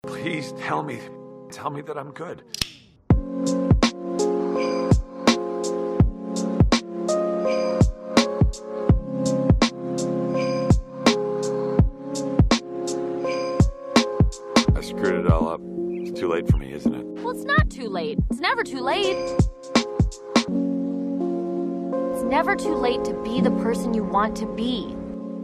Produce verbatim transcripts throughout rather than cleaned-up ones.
Please tell me, tell me that I'm good. I screwed it all up. It's too late for me, isn't it? Well, it's not too late. It's never too late. It's never too late to be the person you want to be.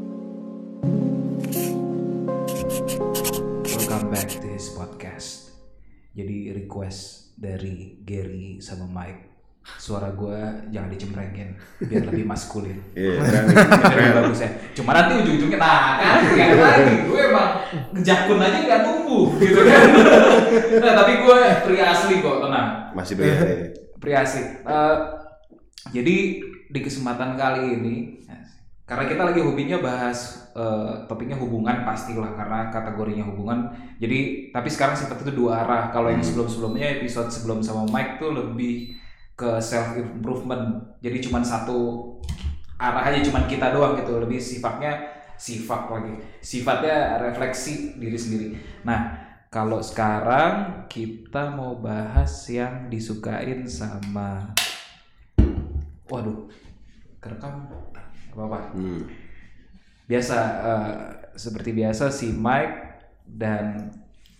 Welcome back to his podcast. Jadi request dari Gary sama Mike, suara gue jangan dicemprengin biar lebih maskulin. Iya, Lebih bagus ya. Cuma nanti ujung-ujungnya nah kan kayak lagi gue emang ngejakun aja nggak tumbuh gitu kan. Nah, tapi gue pria asli kok, tenang. masih banyak. Pria asli. Uh, jadi di kesempatan kali ini, karena kita lagi hobinya bahas uh, topiknya hubungan pastilah karena kategorinya hubungan. Jadi tapi sekarang sifat itu dua arah. Kalau yang sebelum-sebelumnya episode sebelum sama Mike tuh lebih ke self improvement. Jadi cuma satu arah aja, cuma kita doang gitu. Lebih sifatnya sifat lagi. Sifatnya refleksi diri sendiri. Nah, kalau sekarang kita mau bahas yang disukain sama waduh, kerekam apa-apa. Hmm. Biasa uh, seperti biasa si Mike dan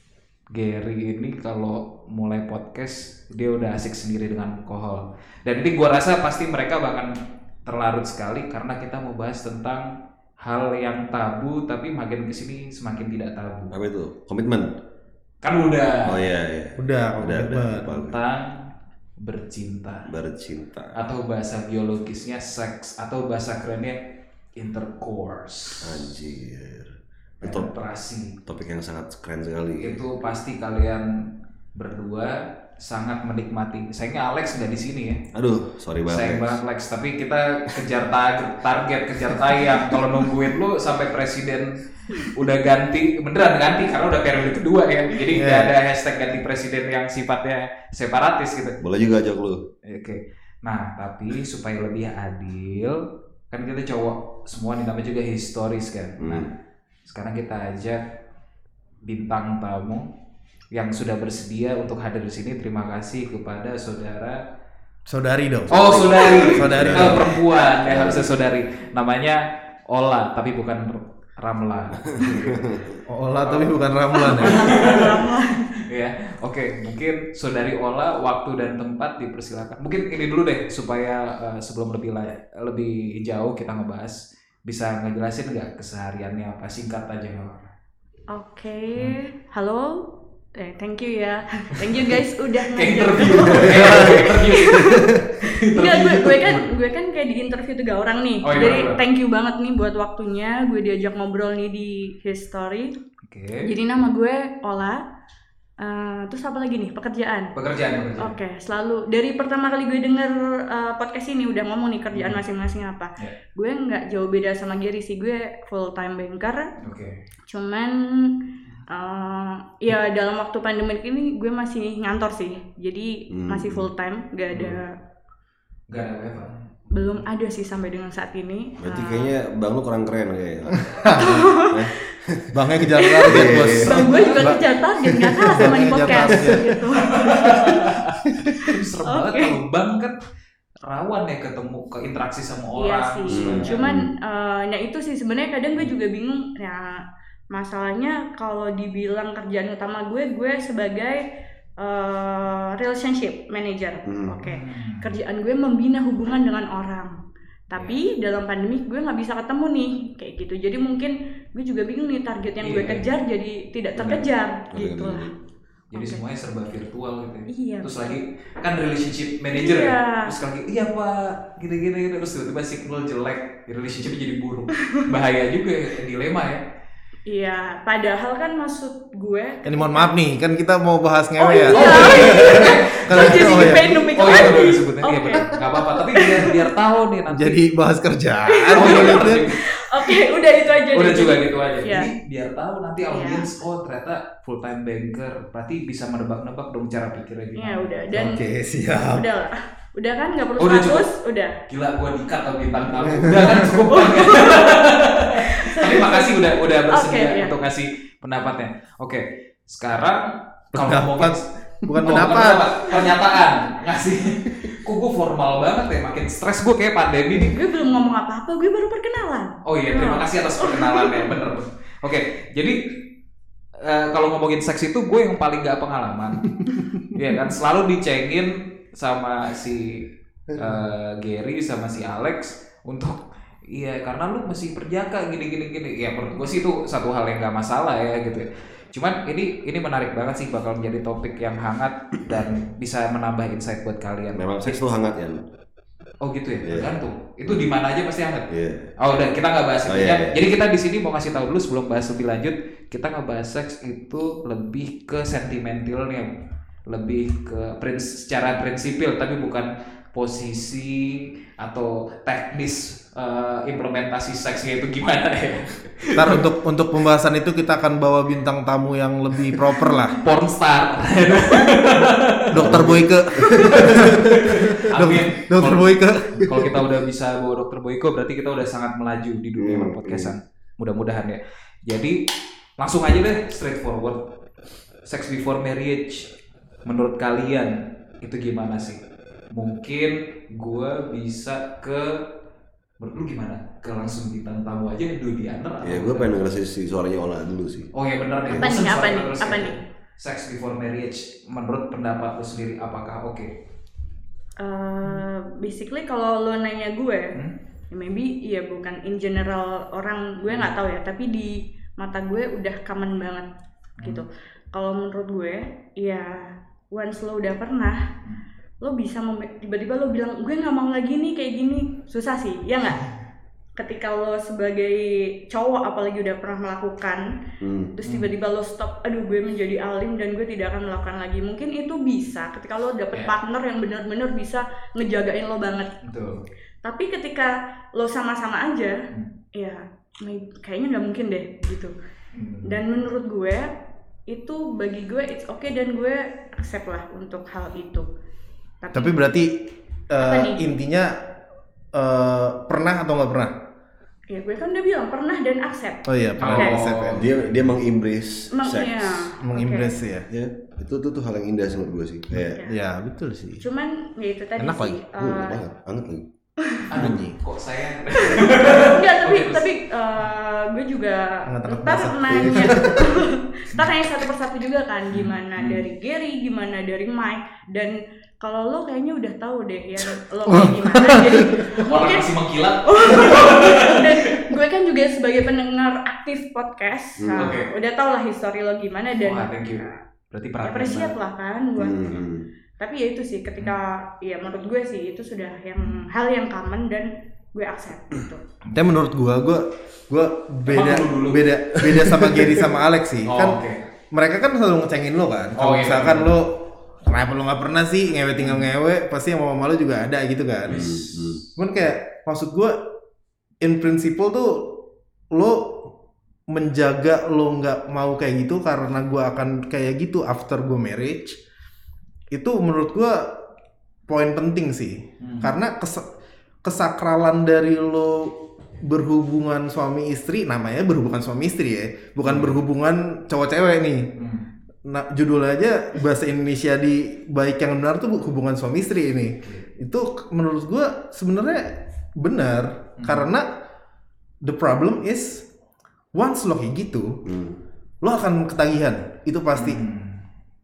Gary ini kalau mulai podcast dia udah asik sendiri dengan alkohol. Dan ini gua rasa pasti mereka bahkan terlarut sekali karena kita mau bahas tentang hal yang tabu tapi makin kesini semakin tidak tabu. Apa itu? Komitmen. Kan udah. Oh iya iya. Udah, udah, udah. Tentang bercinta. Bercinta. Atau bahasa biologisnya seks atau bahasa kerennya intercourse. Anjir. Itu Penetrasi. topik yang sangat keren sekali. Itu pasti kalian berdua sangat menikmati. Sayangnya Alex nggak di sini ya. Aduh, sorry banget. Sayang banget Alex. Tapi kita kejar target, target kejar tayang. Kalau nungguin lu sampai presiden udah ganti, beneran ganti karena udah periode kedua ya. Jadi nggak Yeah. ada hashtag ganti presiden yang sifatnya separatis gitu. Boleh juga ajak lu. Oke. Nah, tapi supaya lebih adil, kan kita cowok semua nih namanya juga historis kan. Hmm. Nah, sekarang kita ajak bintang tamu yang sudah bersedia untuk hadir di sini. Terima kasih kepada saudara. Saudari dong. Oh, saudari. Saudari. Oh, perempuan ya harusnya saudari. Namanya Ola, tapi bukan Ramla. Olah tapi bukan Ramlan ya. Ya, oke. Mungkin saudari Ola, waktu dan tempat dipersilakan. Mungkin ini dulu deh supaya uh, sebelum lebih la- lebih jauh kita ngebahas, bisa ngejelasin nggak kesehariannya apa, singkat aja. Oke, halo, eh, thank you ya, thank you guys udah Kayak ngajak. interview, kayak interview. Enggak, gue, gue kan, gue kan kayak di interview tiga orang nih, Oh, iya, jadi bener. thank you banget nih buat waktunya, gue diajak ngobrol nih di History. Oke. Jadi nama gue Ola, uh, terus apa lagi nih pekerjaan? Pekerjaan, pekerjaan. Oke, selalu dari pertama kali gue denger uh, podcast ini udah ngomong nih kerjaan masing-masing apa. Ya. Gue nggak jauh beda sama Gary sih, gue full time banker. Oke. Cuman uh, ya dalam waktu pandemi ini gue masih ngantor sih, jadi Hmm. masih full time, gak ada, Gak ada apa-apa. belum ada sih sampai dengan saat ini. Berarti Uh, kayaknya bang lu kurang keren kayaknya. Bangnya kejar target bos. Bang gue juga kejar target, gak kalah sama di Kejar podcast target. gitu. Serem banget Oke. kalau bank kan rawan ya ketemu ke interaksi sama orang. Iya sih, semuanya. cuman uh, nah itu sih sebenarnya kadang gue juga bingung. Ya masalahnya kalau dibilang kerjaan utama gue, gue sebagai uh, relationship manager. Hmm. Oke. Hmm. Kerjaan gue membina hubungan dengan orang, tapi dalam pandemi gue nggak bisa ketemu nih kayak gitu, jadi mungkin gue juga bingung nih target yang gue Iya. kejar jadi tidak Benar. terkejar Benar, gitu benar. lah. Jadi Oke. semuanya serba virtual gitu ya. Iya. Terus lagi kan relationship manager Iya. ya. Terus lagi iya pak gini-gini gini. Terus tiba-tiba signal jelek, relationshipnya jadi buruk. Bahaya juga ya, dilema ya. Iya, padahal kan maksud gue Ini mohon maaf nih, kan kita mau bahas oh ngewe ya. iya, Kalau jadi oh, ya. pengen mikir Oh iya lagi. udah disebutnya iya Oke. benar. Gak apa-apa tapi biar biar tahu nih nanti. Jadi bahas kerjaan Oh, iya, gitu. benar. Oke, udah itu aja. Udah deh. juga gitu aja. Iya. Jadi biar tahu nanti audiens oh ternyata full time banker. Berarti bisa menebak-nebak dong cara pikirnya Ya gimana. udah, dan Oke, siap. udah lah. Udah kan nggak perlu Oh, udah seratus, udah. Gila gua dikat atau bintang tamu. Udah kan cukup kan. Tapi makasih udah udah bersedia Oke, iya. untuk ngasih pendapatnya. Oke. Sekarang kalau Pendapat. ngomongin Bukan Oh, pendapat. pernyataan ngasih. Kok gue formal banget ya, makin stres gue kayak pandemi nih. Gue belum ngomong apa-apa, gue baru perkenalan. Oh iya, terima kasih atas perkenalannya, bener. Oke, jadi eh, kalau ngomongin seks itu gue yang paling gak pengalaman. Iya kan, selalu dicengin sama si eh, Gary sama si Alex untuk iya karena lu masih perjaka gini-gini gini. Ya menurut gue sih itu satu hal yang gak masalah ya gitu. Cuman ini ini menarik banget sih, bakal menjadi topik yang hangat dan bisa menambah insight buat kalian. Memang seks tuh hangat ya. Oh gitu ya, Iya. tergantung. Itu di mana aja pasti hangat. Iya. Oh udah, kita nggak bahas Oh, itu iya, ya. iya. Jadi kita di sini mau kasih tahu dulu sebelum bahas lebih lanjut, kita ngebahas seks itu lebih ke sentimentalnya, lebih ke prins, secara prinsipil, tapi bukan posisi atau teknis eh, implementasi seksnya itu gimana ya. Ntar untuk untuk pembahasan itu kita akan bawa bintang tamu yang lebih proper lah. Pornstar. Dokter Boyke. Amin. Dokter Kalau- Boyke. Kalau kita udah bisa bawa Dokter Boyko, berarti kita udah sangat melaju di dunia Hmm, podcastan. Mudah-mudahan ya. Jadi langsung aja deh, straightforward. Sex before marriage, menurut kalian itu gimana sih? Mungkin gue bisa ke, menurut lu gimana? Ke langsung bintang tamu aja dulu di under. Ya gue pengen denger si suaranya Ola dulu sih. Oh ya benar nih. Apa Bosen nih, apa suara nih, terus apa ya. nih? Sex before marriage, menurut pendapat lu sendiri apakah oke? Uh, basically kalau lo nanya gue, Hmm? ya maybe iya bukan in general orang, gue nggak tahu ya, tapi di mata gue udah common banget gitu. Kalau menurut gue, ya once lo udah pernah, lo bisa mem- tiba-tiba lo bilang gue nggak mau lagi nih kayak gini, susah sih, ya nggak? Ketika lo sebagai cowok apalagi udah pernah melakukan, Hmm. terus tiba-tiba lo stop, aduh gue menjadi alim dan gue tidak akan melakukan lagi. Mungkin itu bisa ketika lo dapet Yeah. partner yang benar-benar bisa ngejagain lo banget. Betul. Tapi ketika lo sama-sama aja, Hmm. ya may- kayaknya nggak mungkin deh gitu. Hmm. Dan menurut gue itu bagi gue it's okay dan gue accept lah untuk hal itu. Tapi, Tapi berarti eh, Apa nih? intinya eh, pernah atau nggak pernah? ya gue kan udah bilang pernah dan accept. Oh iya, pernah. Oh. accept ya. Dia dia mengembrace Emang seks. iya. Mengembrace ya. Ya, itu tuh tuh hal yang indah sih menurut gue sih. Kayak Ya betul sih. Cuman ya itu tadi Enak sih. lagi. uh, uh, banget, hangat lagi. Aduh, kok saya Enggak, tapi Oke, tapi uh, gue juga Anak-anak ntar basah. nanya ntar nanya satu persatu juga kan gimana Hmm. dari Gary, gimana dari Mike, dan kalau lo kayaknya udah tahu deh ya lo kayak gimana, jadi orang mungkin masih mengkilat. dan gue kan juga sebagai pendengar aktif podcast, Hmm, nah, oke. udah tau lah history lo gimana dan Wah, thank you. Berarti ya perhatian appreciate banget. lah kan gue. Hmm. Tapi ya itu sih ketika ya menurut gue sih itu sudah yang hal yang common dan gue accept gitu. Tapi menurut gua, gua gua beda Emang dulu-dulu? beda beda sama Gary sama Alex sih. Oh, Kan oke. mereka kan selalu ngecengin lo kan. Kalau Oh, iya, misalkan bener. lo kenapa lo nggak pernah sih ngewe tinggal ngewe, pasti yang mama lo juga ada gitu kan. Hmm. Cuman kayak maksud gua in principle tuh lo menjaga lo nggak mau kayak gitu karena gua akan kayak gitu after gua marriage. Itu menurut gua poin penting sih. Hmm. Karena kes- kesakralan dari lo berhubungan suami istri, namanya berhubungan suami istri ya, bukan berhubungan cowok cewek nih. Hmm. Nah, judul aja bahasa Indonesia di baik yang benar tuh hubungan suami istri ini. Itu menurut gua sebenarnya benar Hmm. karena the problem is once lo kayak gitu, Hmm. lo akan ketagihan. Itu pasti. Hmm.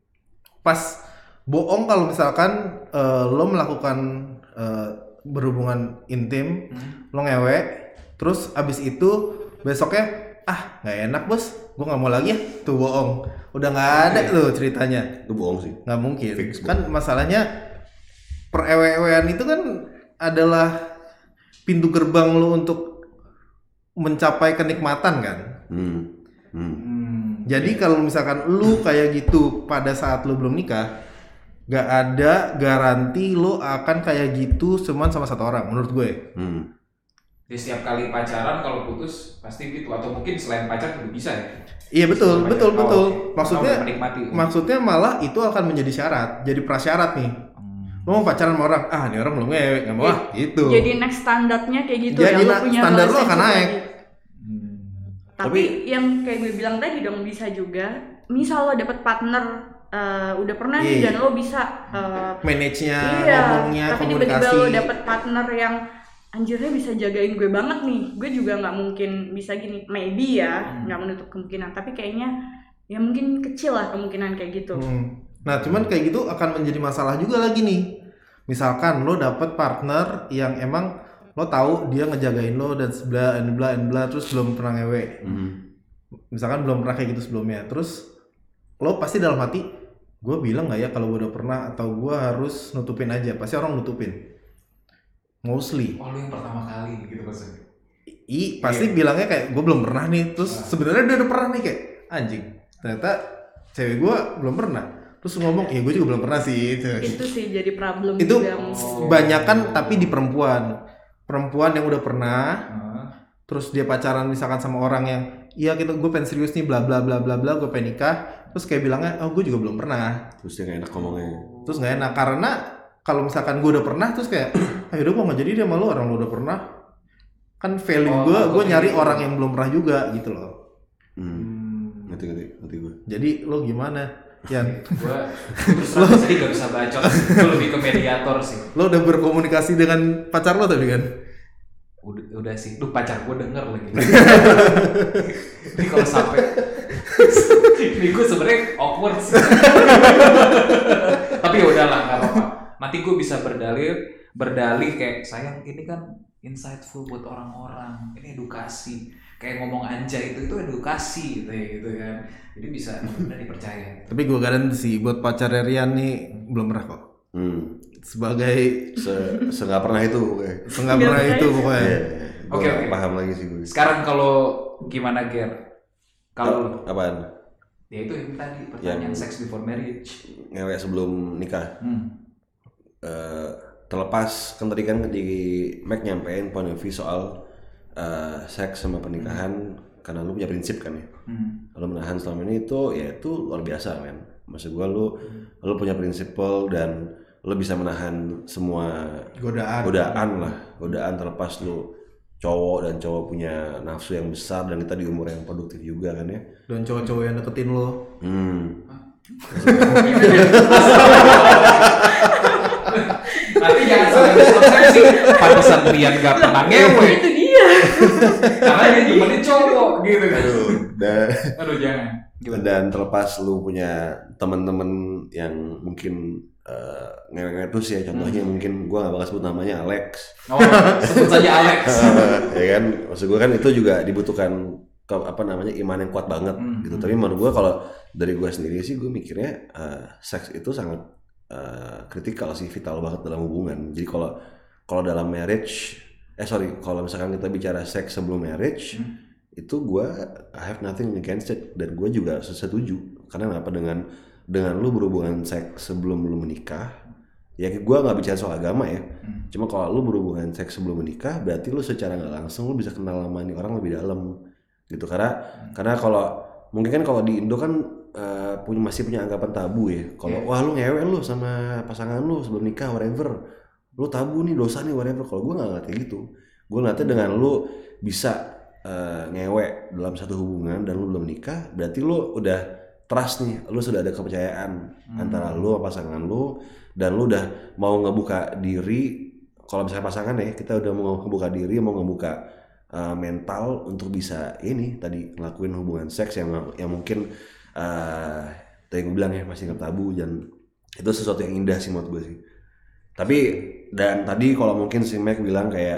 Pas bohong kalau misalkan eh, lo melakukan eh, berhubungan intim, Hmm. lo ngewe, terus abis itu besoknya ah nggak enak bos, gue nggak mau lagi ya, tuh bohong, udah nggak ada Oke. tuh ceritanya, Itu bohong sih. nggak mungkin. Fix, Kan masalahnya perewe-ewean itu kan adalah pintu gerbang lo untuk mencapai kenikmatan kan. Hmm. Hmm. Hmm. Jadi kalau misalkan lu kayak gitu pada saat lu belum nikah, gak ada garansi lu akan kayak gitu cuman sama satu orang menurut gue. Hmm. Di setiap kali pacaran kalau putus pasti gitu, atau mungkin selain pacar juga bisa ya. Iya betul, Selain betul, pacaran. betul. Oh, oke. Maksudnya Karena udah menikmati. maksudnya malah itu akan menjadi syarat, jadi prasyarat nih. Hmm. Lu mau pacaran sama orang, ah ini orang belum ngewe, nggak mau ah gitu. Jadi next standarnya kayak gitu Jadi ya, lo na- punya standar lo relationship akan naik. lagi. Hmm. Tapi yang kayak gue bilang tadi dong bisa juga misal lo dapet partner uh, udah pernah nih Iya. dan lo bisa uh, Manage-nya, iya, ngomongnya, tapi tiba-tiba komunikasi. lo dapet partner yang anjirnya bisa jagain gue banget nih, gue juga nggak mungkin bisa gini, maybe ya, nggak menutup kemungkinan, tapi kayaknya ya mungkin kecil lah kemungkinan kayak gitu. Hmm. Nah, cuman kayak gitu akan menjadi masalah juga lagi nih. Misalkan lo dapet partner yang emang lo tahu dia ngejagain lo dan bla and bla and bla terus belum pernah ngewe. Hmm. Misalkan belum pernah kayak gitu sebelumnya. Terus lo pasti dalam hati, gue bilang nggak ya kalau gue udah pernah atau gue harus nutupin aja. Pasti orang nutupin. Mostly. Oh, lu yang pertama kali gitu maksudnya. I pasti Iya. bilangnya kayak gue belum pernah nih. Terus Ah. sebenarnya dia udah pernah nih kayak anjing. Ternyata cewek gue belum pernah. Terus ngomong, ya gue juga belum pernah sih. Itu sih jadi problem Itu juga. Oh. banyakan tapi di perempuan. Perempuan yang udah pernah, Heeh. terus dia pacaran misalkan sama orang yang, iya kita gue pengen serius nih, bla bla bla bla bla, gue pengen nikah. Terus kayak bilangnya, oh gue juga belum pernah. Terus dia gak enak ngomongnya. Terus nggak enak karena kalau misalkan gue udah pernah, terus kayak, ah yaudah gue nggak jadi dia sama lu, orang lu udah pernah. Kan value Oh, gue, gue oke. nyari orang yang belum pernah juga gitu loh. Hmm. Hmm. Ngerti ngerti ngerti gue. Jadi lo gimana, Yan? Gue terus terang tadi gak bisa bacot, gue lebih ke mediator sih. Lo udah berkomunikasi dengan pacar lo tadi kan? Udah, udah sih, duh pacar gue denger lagi. Ini kalau sampai, ini gue sebenarnya awkward sih. Tapi ya udahlah, nggak apa-apa. Nanti gue bisa berdalih, berdalih kayak sayang ini kan insightful buat orang-orang, ini edukasi. Kayak ngomong anjay itu itu edukasi gitu ya gitu kan. Jadi bisa udah dipercaya. Tapi gue garansi sih buat pacar Rian nih belum pernah kok. Hmm. Sebagai Se, se nggak pernah itu pokoknya. nggak pernah itu pokoknya. Iya. Gue Oke, nggak oke. paham lagi sih gue. Sekarang kalau gimana Ger? Kalau Apaan? ya itu yang tadi pertanyaan Yang- sex before marriage. Ngewek sebelum nikah. Hmm. Eh, terlepas kan tadi kan di Mac nyampein point of view soal eh, seks sama pernikahan karena lu punya prinsip kan ya. Hmm. Lu menahan selama ini itu ya itu luar biasa men. Maksud gua lu lu punya prinsipal dan lu bisa menahan semua Godaan. godaan lah, godaan terlepas lu cowok dan cowok punya nafsu yang besar dan kita di umur yang produktif juga kan ya. Dan cowok-cowok yang deketin lo. Hmm. Nanti jangan salah persepsi. Pantesan Rian gak pernah ngewe. Itu dia. Karena dia cuma cowok gitu kan. Aduh, dan Aduh jangan. Gimana? dan terlepas lu punya teman-teman yang mungkin uh, ngewe-ngewe terus ya, contohnya mungkin gua nggak bakal sebut namanya Alex. Oh, sebut saja Alex. Ya kan, maksud gua kan itu juga dibutuhkan ke, apa namanya iman yang kuat banget Hmm. gitu. Tapi menurut gua kalau dari gua sendiri sih gua mikirnya uh, seks itu sangat uh, kritikal sih, vital banget dalam hubungan. Jadi kalau kalau dalam marriage, eh sorry, kalau misalkan kita bicara seks sebelum marriage, Hmm. itu gua I have nothing against it dan gua juga setuju. Karena apa dengan dengan lu berhubungan seks sebelum lu menikah, ya gua nggak bicara soal agama ya. Hmm. Cuma kalau lu berhubungan seks sebelum menikah, berarti lu secara nggak langsung lu bisa kenal sama nih orang lebih dalam gitu. Karena karena kalau mungkin kan kalau di Indo kan uh, punya masih punya anggapan tabu ya. Kalau Yeah. wah lu ngewe lu sama pasangan lu sebelum nikah whatever, lu tabu nih, dosa nih whatever. Kalau gue nggak ngerti gitu. Gue ngerti dengan lu bisa uh, ngewe dalam satu hubungan dan lu belum nikah, berarti lu udah trust nih, lu sudah ada kepercayaan Hmm. antara lu sama pasangan lu dan lu udah mau ngebuka diri. Kalau misalnya pasangan ya, kita udah mau ngebuka diri, mau ngebuka uh, mental untuk bisa ini tadi ngelakuin hubungan seks yang yang mungkin uh, tadi gue bilang ya masih nggak tabu dan itu sesuatu yang indah sih menurut gue sih. Tapi dan tadi kalau mungkin si Mac bilang kayak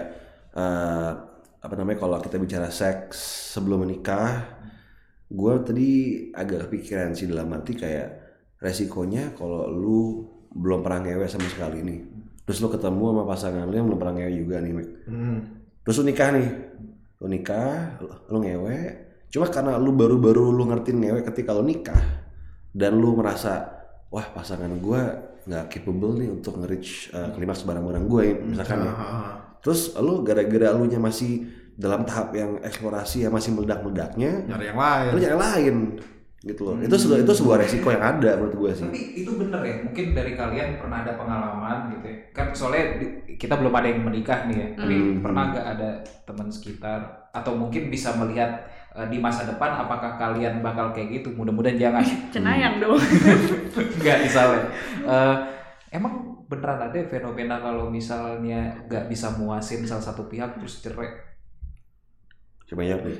uh, apa namanya kalau kita bicara seks sebelum menikah, gue tadi agak kepikiran sih dalam arti kayak resikonya kalau lu belum pernah ngewe sama sekali nih, terus lu ketemu sama pasangan lu yang belum pernah ngewe juga nih Mac. Hmm. Terus lu nikah nih, lu nikah, lu ngewe, cuma karena lu baru-baru lu ngertiin ngewe ketika lu nikah dan lu merasa wah pasangan gue nggak capable nih untuk nge-reach uh, klimaks barang-barang gue misalkan ya. Terus lu gara-gara lu nya masih dalam tahap yang eksplorasi ya masih meledak-meledaknya, Nyari yang lain. lu nyari yang lain gitu loh. Itu sebuah itu sebuah resiko yang ada menurut gue sih. Tapi itu bener ya, mungkin dari kalian pernah ada pengalaman gitu ya. Kan soalnya di- kita belum ada yang menikah nih ya. Tapi Hmm. pernah gak ada teman sekitar atau mungkin bisa melihat uh, di masa depan apakah kalian bakal kayak gitu? Mudah-mudahan jangan. Cenayang dong. Enggak misalnya. Uh, emang beneran ada fenomena kalau misalnya nggak bisa muasin salah satu pihak terus cerai? Coba jawab deh.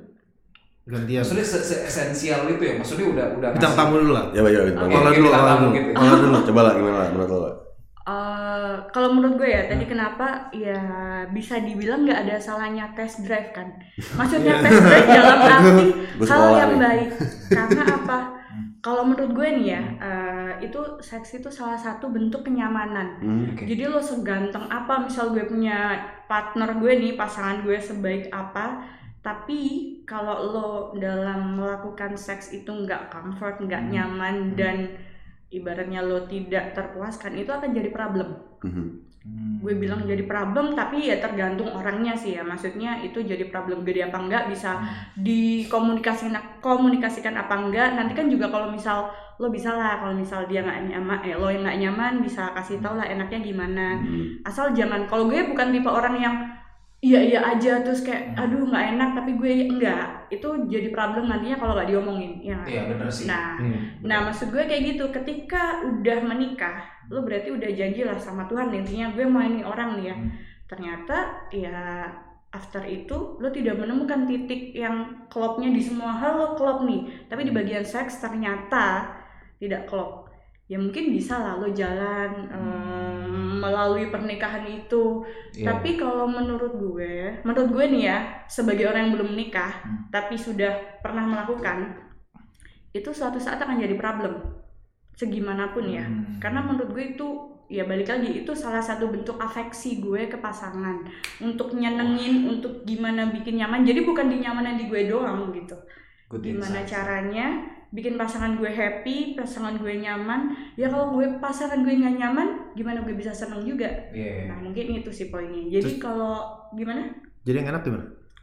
Gantian. Maksudnya se-esensial itu ya? Maksudnya udah udah Bintang ngasih- tamu dulu lah. Coba jawab. Oke, Kalau oke, dulu, bintang kalau tamu dulu. gitu. Kalau dulu, coba lah gimana lah menurut lo? Eh, kalau menurut gue ya tadi kenapa ya bisa dibilang nggak ada salahnya test drive kan? Maksudnya test drive dalam arti Gue hal sekolah yang nih. baik. Karena apa? Kalau menurut gue nih ya, eh, itu seks itu salah satu bentuk kenyamanan. Hmm. Oke. Jadi lo seganteng apa, misal gue punya partner gue nih, pasangan gue sebaik apa, tapi kalau lo dalam melakukan seks itu nggak comfort, nggak nyaman, dan ibaratnya lo tidak terpuaskan, itu akan jadi problem. Mhm. Hmm. Gue bilang jadi problem, tapi ya tergantung orangnya sih ya. Maksudnya itu jadi problem gede apa enggak, bisa dikomunikasikan komunikasikan apa enggak. Nanti kan juga kalau misal lo bisa lah, kalau misal dia nggak nyaman, eh lo yang nggak nyaman bisa kasih tau lah enaknya gimana. Hmm. Asal jangan, kalau gue bukan tipe orang yang iya iya aja terus kayak aduh nggak enak tapi gue enggak, itu jadi problem nantinya kalau nggak diomongin ya nggak? Iya benar sih. Nah, Hmm. nah maksud gue kayak gitu, ketika udah menikah lo berarti udah janji lah sama Tuhan, intinya gue mau ini orang nih ya. Hmm. Ternyata ya after itu lo tidak menemukan titik yang klopnya di semua hal, lo klop nih, tapi di bagian seks ternyata tidak klop. Ya mungkin bisa lah lo jalan em, melalui pernikahan itu. Iya. Tapi kalau menurut gue, menurut gue nih ya, sebagai orang yang belum menikah Hmm. tapi sudah pernah melakukan, itu suatu saat akan jadi problem segimanapun ya. Hmm. Karena menurut gue itu ya balik lagi, itu salah satu bentuk afeksi gue ke pasangan, untuk nyenengin, untuk gimana bikin nyaman. Jadi bukan di nyamanan di gue doang gitu. Good Gimana insight. caranya bikin pasangan gue happy, pasangan gue nyaman. Ya kalau gue pasangan gue nggak nyaman, gimana gue bisa seneng juga? Iya. Nah mungkin itu sih poinnya. Jadi Terus- kalau gimana? Jadi yang enak gimana?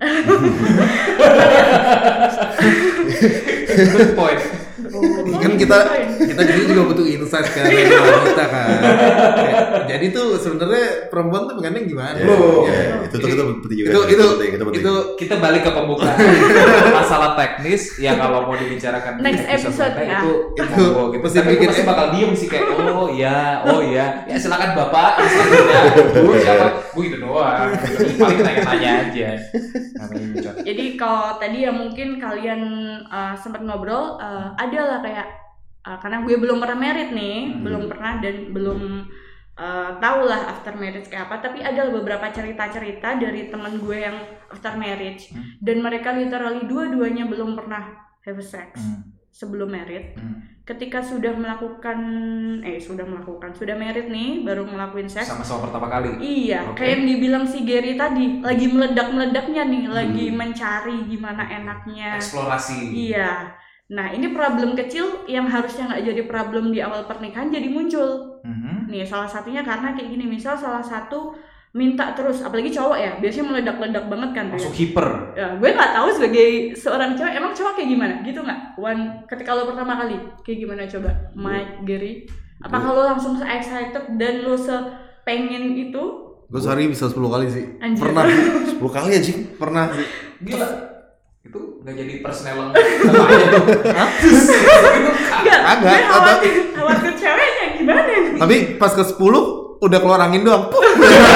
Good point. Kan kita kita jadi juga butuh insight kan dari wanita kan. Kayak, jadi tuh sebenarnya perempuan tuh pengennya gimana? Ya, Loh, ya, ya. itu tuh itu penting juga. Itu sih. itu penting, itu penting. itu Kita balik ke pembukaan masalah teknis yang kalau mau dibicarakan di Next episode lainnya ya. itu Itu monggo gitu. mesti Tapi bikin- pasti bakal diem sih kayak oh iya oh iya ya silakan bapak selanjutnya bu siapa bu gitu doang. Terus paling tanya-tanya aja. Namanya bicot. Jadi kalau tadi ya mungkin kalian uh, sempat ngobrol, uh, ada lah kayak uh, karena gue belum pernah married nih, Hmm. belum pernah dan belum uh, tahu lah after marriage kayak apa. Tapi ada beberapa cerita-cerita dari teman gue yang after marriage Hmm. dan mereka literally dua-duanya belum pernah have sex Hmm. sebelum married. Hmm. Ketika sudah melakukan, eh sudah melakukan, sudah married nih, baru ngelakuin seks. Sama-sama pertama kali. Iya, Oke. kayak yang dibilang si Gary tadi, lagi meledak-meledaknya nih, lagi Hmm. mencari gimana enaknya. Eksplorasi. Iya. Nah, ini problem kecil yang harusnya nggak jadi problem di awal pernikahan jadi muncul. Mhm. Nih, salah satunya karena kayak gini, misal salah satu minta terus, apalagi cowok ya, biasanya meledak-ledak banget kan tuh. Langsung Ya. hiper. Ya, gue nggak tahu sebagai seorang cewek, emang cowok kayak gimana? Gitu nggak? One, ketika lo pertama kali, kayak gimana coba? Mike, Gary, apakah lo langsung se-excited dan lo se-pengen itu? gue sehari bisa sepuluh kali sih. Anjir. Pernah, sepuluh kali anjing. pernah sih. Gila. Itu nggak jadi persnelang sama aja tuh. Hah? Enggak, Agak, gue agak. khawatir, khawatir ceweknya gimana nih? Tapi pas ke sepuluh udah keluar angin doang. Puh.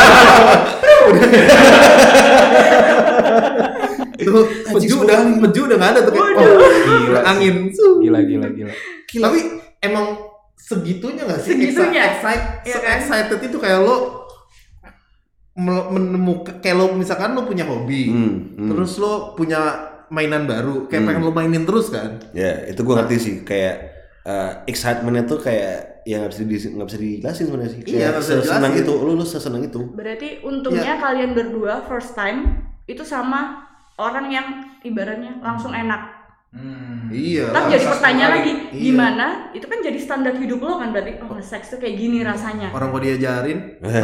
Itu peju udah peju udah nggak ada tuh kayak, Waduh. oh, Gila sih. angin. Gila gila gila. Tapi emang segitunya nggak sih? Segitunya. Excited, Iya kan? excited itu kayak lo me- menemukan kayak lo misalkan lo punya hobi, Hmm, hmm. terus lo punya mainan baru, kayak Hmm. pengen lo mainin terus kan? Ya, itu gue ngerti sih. Kayak uh, excitementnya tuh kayak ya nggak bisa di, nggak bisa dijelasin sebenarnya sih. Iya, Kayak nggak bisa sesenang dijelasin. itu, lu lu sesenang itu. Berarti untungnya kalian berdua first time itu sama orang yang ibaratnya langsung enak. Hmm. Iya. Ntar lah. jadi Sas pertanyaan sekali. lagi, Iya. gimana? Itu kan jadi standar hidup lo kan berarti. Oh, seks tuh kayak gini rasanya. Orang gua diajarin.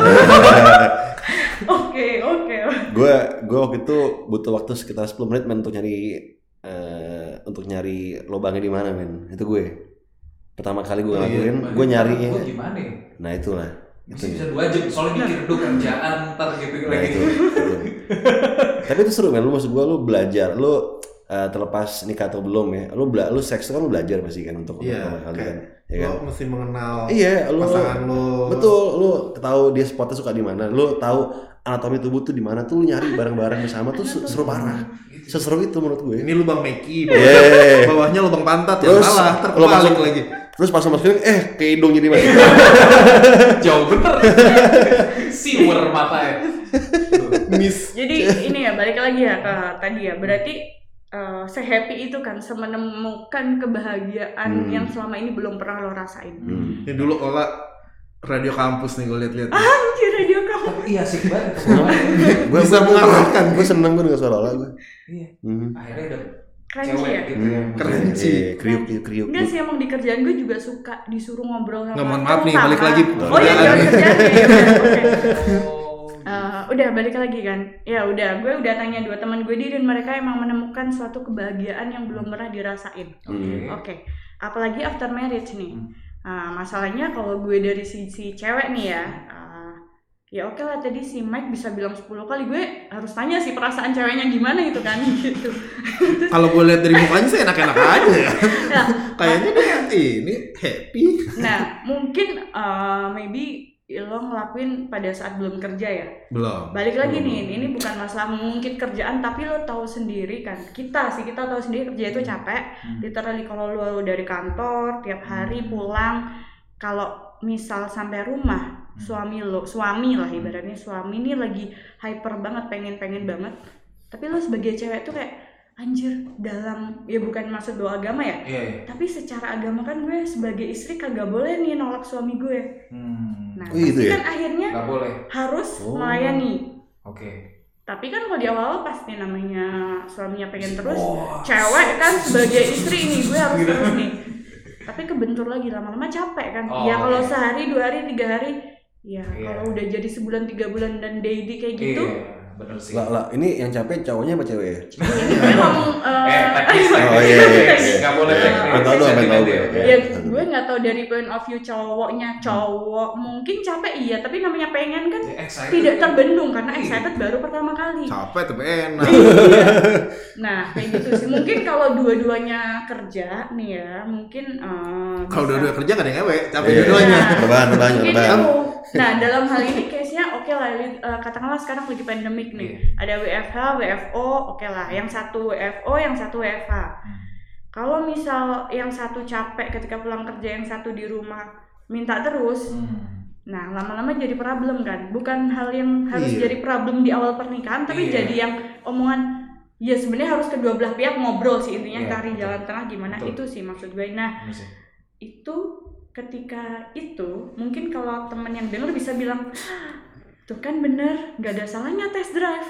Oke, oke. Gue gue waktu itu butuh waktu sekitar sepuluh menit men untuk nyari eh, untuk nyari lubangnya di mana men. Itu gue. Pertama kali gue Oh, iya. ngelakuin, gue nyarinya. Gue gimana ya? Nah, itulah. Bisa Itu. bisa dua jam soalnya mikir dulu kerjaan ntar gitu Nah, lagi. itu. itu. Tapi itu seru men, lu maksud gue lu belajar, lu uh, terlepas nikah atau belum ya, lu bela- lu seks itu kan lu belajar pasti kan untuk Iya, pertama kali kayak kan, ya kan? lo mesti mengenal Iya, lu pasangan lo. betul, lu tahu dia spotnya suka di mana, lu tahu anatomi tubuh tuh di mana tuh, lu nyari bareng-bareng bersama tuh se- seru parah, seseru itu menurut gue. Ini lubang Meki, Iya. bawahnya lubang pantat ya, Terus salah, lo terbalik masuk lagi. Terus pas masukin eh ke hidung jadi masuk. Jauh bener. Siwer matanya. Miss. Jadi ini ya balik lagi ya ke tadi ya, berarti uh, se-happy itu kan, semenemukan kebahagiaan Hmm. yang selama ini belum pernah lo rasain. Hmm. Ini dulu Ola radio kampus nih gue liat-liat. Anjir, radio kamu. Iya asik banget. Gue Bisa mengarahkan. gue seneng gue dengar suara Ola gue. Iya. Mhm. Akhirnya ada Crunchy cewek ya. gitu yang Keren. Iya, kriuk kriuk kriuk. Enggak sih, emang di kerjaan gue juga suka disuruh ngobrol sama Nggak, mohon maaf nih, terutama- balik lagi. Oh iya, Kerjaan. jangan kerjaan ya. Oke. Oh, Eh, udah balik lagi kan. Ya udah, gue udah tanya dua teman gue di, dan mereka emang menemukan suatu kebahagiaan yang belum pernah dirasain. Oke. Oke, apalagi after marriage nih. Hmm. Ah, masalahnya kalau gue dari sisi cewek nih ya, ah, ya oke lah tadi si Mike bisa bilang sepuluh kali, gue harus tanya sih perasaan ceweknya gimana gitu kan gitu. Kalau gue lihat dari mukanya sih enak-enak aja ya. Nah, Kayaknya dia ini happy. nah mungkin ah, maybe lo ngelakuin pada saat belum kerja ya. Belum. Balik lagi nih, ini bukan masalah mengungkit kerjaan, tapi lo tahu sendiri kan, kita sih kita tahu sendiri kerja itu capek. Hmm. Literally kalau lo dari kantor tiap hari pulang, kalau misal sampai rumah suami lo, suami lah ibaratnya suami ini lagi hyper banget, pengen-pengen banget, tapi lo sebagai cewek tuh kayak anjir, dalam ya bukan maksud doa agama ya, Iya. iya. tapi secara agama kan gue sebagai istri kagak boleh nih nolak suami gue. Hmm. Nah Oh, gitu pasti ya? kan akhirnya Nggak boleh. harus Oh. melayani. Oke. Tapi kan kalau di awal pasti namanya suaminya pengen terus, Oh. cewek kan sebagai istri nih gue harus terus nih. Tapi kebentur lagi, lama-lama capek kan. Oh, ya kalau oke. sehari, dua hari, tiga hari, ya Iya. kalau udah jadi sebulan, tiga bulan dan daily kayak gitu, Iya, bener sih. Lah, lah, ini yang capek cowoknya apa cewek ya? ini gue ngomong eh, Eh, teknis, teknis. Oh, iya, iya, iya. Nggak boleh Iya. teknis. Pengen tahu doang, pengen tahu gue. ya gue nggak tahu dari point of view cowoknya. Cowok mungkin capek iya, tapi namanya pengen kan Ya, excited. tidak terbendung karena Iya. excited baru pertama kali. Capek tapi enak. Nah kayak gitu sih. Mungkin kalau dua-duanya kerja nih ya, mungkin eh, Kalau bisa- dua-dua kerja gak ada yang ngewe, capek Iya. dua-duanya. Nah, Rebahan, rebahan, mungkin rebahan. itu. Nah dalam hal ini case-nya oke lah, li- eh, katakanlah sekarang lagi pandemik nih, ada W F H, W F O, oke lah, yang satu W F O, yang satu W F H. Hmm. Kalau misal yang satu capek ketika pulang kerja, yang satu di rumah minta terus, Hmm. nah lama-lama jadi problem kan. Bukan hal yang harus Iya. jadi problem di awal pernikahan, tapi Iya. jadi yang omongan. Ya sebenarnya harus kedua belah pihak ngobrol sih intinya, Iya, cari betul. jalan tengah gimana. Betul. Itu sih maksud gue. Nah Bener sih. itu ketika itu mungkin kalau temen yang denger bisa bilang, tuh kan bener, nggak ada salahnya test drive.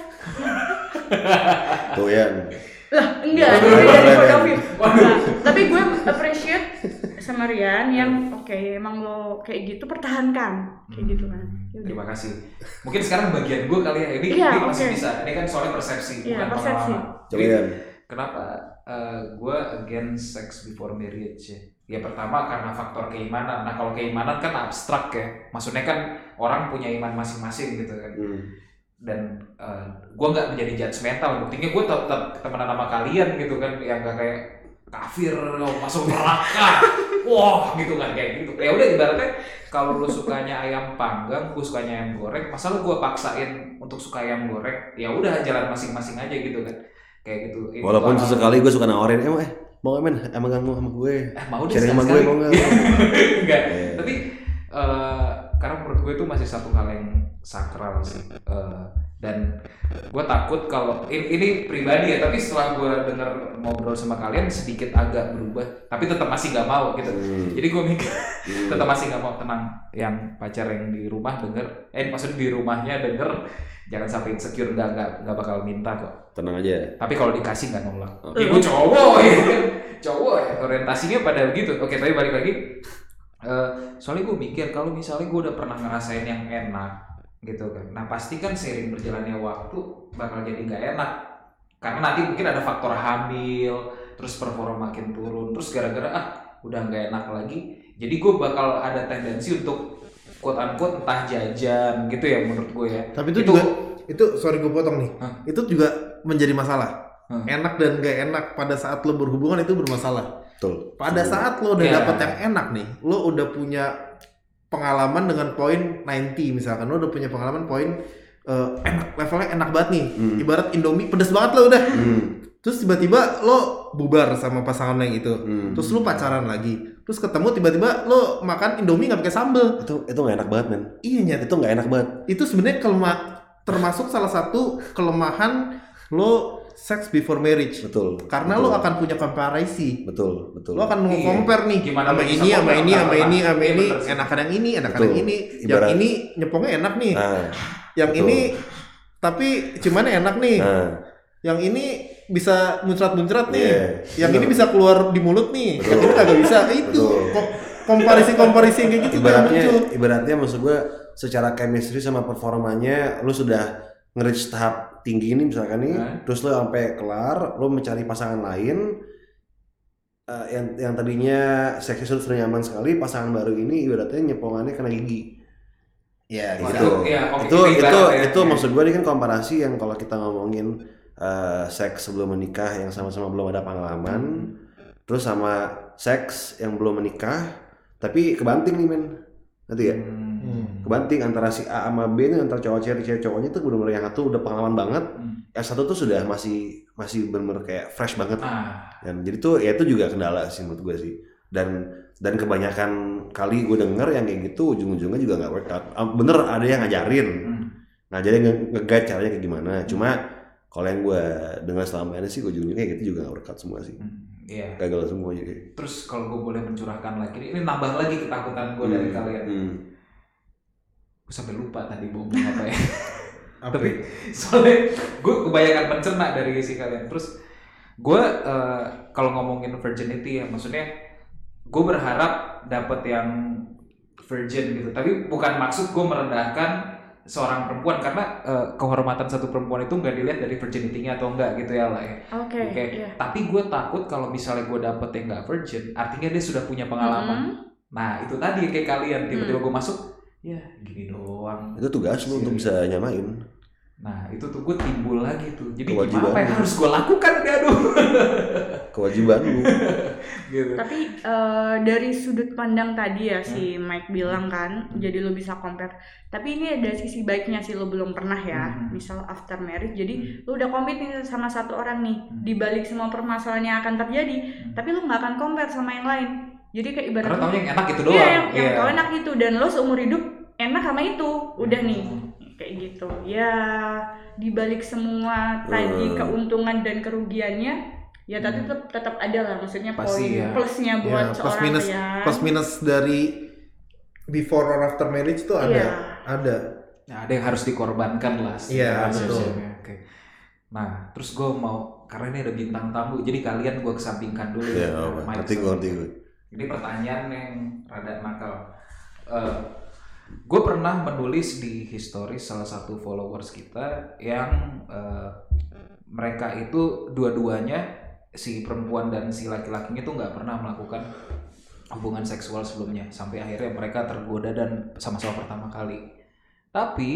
Tuh ya. Lah enggak, Waduh, ini dari waduh, point of waduh. view. Nah, tapi gue appreciate sama Rian yang oke emang lo kayak gitu pertahankan kayak gitu kan. Ya udah. Terima kasih. Mungkin sekarang bagian gue kali ya. Ini, Iya, ini masih oke. bisa. Ini kan soalnya persepsi, Iya, bukan persepsi. pengalaman. Coba Jadi, ya. kenapa uh, gue against sex before marriage ya? Ya pertama karena faktor keimanan. Nah kalau keimanan kan abstrak ya. Maksudnya kan orang punya iman masing-masing gitu kan. Hmm. Dan uh, gue nggak menjadi judgmental. Buktinya gue tetap temenan sama kalian gitu kan, yang gak kayak kafir oh, masuk neraka, wah gitu kan kayak gitu. Ya udah ibaratnya kalau lu sukanya ayam panggang, gue sukanya ayam goreng, masa lu gue paksain untuk suka ayam goreng? Ya udah jalan masing-masing aja gitu kan, kayak gitu. Itu Walaupun kalau- sesekali gue suka nawarin, emang eh mau men, emang gak mau sama gue? eh, mau deh Sharing sama gue sekali-sekali. mau nggak? Enggak. Iya. Tapi eh, karena menurut gue itu masih satu hal yang sakral sih. Eh, dan gue takut kalau ini, ini pribadi ya, tapi setelah gue dengar ngobrol sama kalian sedikit agak berubah, tapi tetap masih nggak mau gitu. Hmm. Jadi gue mikir Hmm. tetap masih nggak mau. Tenang, yang pacar yang di rumah denger, eh maksudnya di rumahnya denger, jangan sampai insecure, nggak nggak nggak bakal minta kok. Tenang aja. Tapi kalau dikasih nggak nolak. Oke. Ya gue cowok ya kan, cowok ya, orientasinya pada begitu. Oke, tapi balik lagi. Eh, soalnya gue mikir kalau misalnya gue udah pernah ngerasain yang enak gitu kan, nah pasti kan seiring berjalannya waktu bakal jadi nggak enak karena nanti mungkin ada faktor hamil, terus performa makin turun, terus gara-gara ah udah nggak enak lagi, jadi gue bakal ada tendensi untuk quote unquote entah jajan gitu ya menurut gue ya. Tapi itu, Itu- juga itu sorry gue potong nih. Hah? Itu juga menjadi masalah. Hmm. enak dan gak enak pada saat lo berhubungan itu bermasalah. Betul. Pada saat lo udah Yeah. dapet yang enak nih, lo udah punya pengalaman dengan poin sembilan puluh misalkan, lo udah punya pengalaman poin uh, enak, levelnya enak banget nih. Hmm. Ibarat Indomie pedes banget lo udah. Hmm. Terus tiba-tiba lo bubar sama pasangan lo yang itu. Hmm. Terus lo pacaran lagi. Terus ketemu tiba-tiba lo makan Indomie nggak pakai sambel. Itu itu nggak enak banget men. Iya nyet. Itu nggak enak banget. Itu sebenarnya kelemah termasuk salah satu kelemahan lo sex before marriage. Betul. Karena betul. lo akan punya comparison. Betul betul. Lo akan mau Iya. compare nih Gimana sama lo bisa ini, sama compare? ini, sama Nah, ini, nah, sama iya ini, bener sih. enakan yang ini, enakan Betul. yang ini. Yang Ibarat- ini nyepongnya enak nih. Nah, Yang betul. ini tapi cuman enak nih. nah, Yang ini bisa muncrat-muncrat nih. Iya. Yang ini Betul. bisa keluar di mulut nih. Yang ini kagak bisa. Itu Betul. kok komparisi-komparisi yang kayak gitu tuh yang ibaratnya muncul. ibaratnya maksud gue secara chemistry sama performanya lu sudah nge-reach tahap tinggi ini misalkan nih, Nah. terus lu sampai kelar, lu mencari pasangan lain eh, yang yang tadinya seksnya sudah nyaman sekali, pasangan baru ini ibaratnya nyepongannya kena gigi. Ya, Waduh, Gitu. iya, oke, itu ini itu ibarat ya. itu maksud gue ini kan komparasi yang kalau kita ngomongin eh, seks sebelum menikah yang sama-sama belum ada pengalaman, terus sama seks yang belum menikah tapi kebanting nih men, nanti ya. Hmm. Kebanting antara si A sama B ini, antara cowok cewek cewek cowoknya tuh benar-benar yang satu udah pengalaman banget, Hmm. yang satu tuh sudah masih masih benar-benar kayak fresh banget. Ah, Dan jadi tuh ya itu juga kendala sih menurut gue sih. Dan dan kebanyakan kali gue denger yang kayak gitu ujung-ujungnya juga nggak work out. Ah, bener ada yang ngajarin, hmm. ngajarin nge- nge-guide caranya kayak gimana. Cuma kalau yang gue dengar selama ini sih ujung-ujungnya kayak gitu juga nggak work out semua sih. Hmm, Iya. Gagal semua juga. Terus kalau gue boleh mencurahkan lagi, ini nambah lagi ketakutan gue dari Hmm, kalian. hmm. Gue sampai lupa tadi mau ngomong apa ya. Apa? Tapi soalnya gue kebanyakan mencerna dari isi kalian. Terus gue eh, kalau ngomongin virginity ya, maksudnya gue berharap dapet yang virgin gitu. Tapi bukan maksud gue merendahkan seorang perempuan, karena eh, kehormatan satu perempuan itu nggak dilihat dari virginity-nya atau enggak gitu ya lah ya. Oke. Oke. Iya. Tapi gue takut kalau misalnya gue dapet yang nggak virgin, artinya dia sudah punya pengalaman. Hmm. Nah itu tadi kayak kalian tiba-tiba gue masuk, ya gini doang. Itu tugas lu untuk bisa nyamain. Nah itu tuh gue timbul lagi tuh. Jadi Kewajiban gimana apa yang lu. harus gue lakukan nih aduh. Kewajiban lu. Gitu. Tapi eh, dari sudut pandang tadi ya si Mike bilang kan, jadi lo bisa compare. Tapi ini ada sisi baiknya sih, lo belum pernah ya. Hmm. Misal after marriage, jadi lo udah komit nih sama satu orang nih. Hmm. Di balik semua permasalahan yang akan terjadi, Hmm. tapi lo nggak akan compare sama yang lain. Jadi kayak Karena ibaratnya, taunya yang enak itu doang. iya yang, yang Iya. tau enak itu, dan lo seumur hidup enak sama itu, udah nih. Hmm. Kayak gitu. Ya di balik semua tadi Hmm. keuntungan dan kerugiannya, ya tapi tetap tetap ada lah, maksudnya Pasti poin ya. plusnya Ya, buat plus seorang minus pria. plus minus dari before or after marriage tuh ada. Iya. Ada. Nah, ada yang harus dikorbankan lah. sih. Iya, Nah, betul. Oke. Nah, terus gue mau, karena ini ada bintang tamu, jadi kalian gue kesampingkan dulu. Ya, Nah, apa? Mike Ngerti gue, sama- ngerti gue. Ini pertanyaan yang rada nakal. Uh, gue pernah menulis di historis salah satu followers kita yang uh, mereka itu dua-duanya, si perempuan dan si laki-lakinya itu nggak pernah melakukan hubungan seksual sebelumnya sampai akhirnya mereka tergoda dan sama-sama pertama kali. Tapi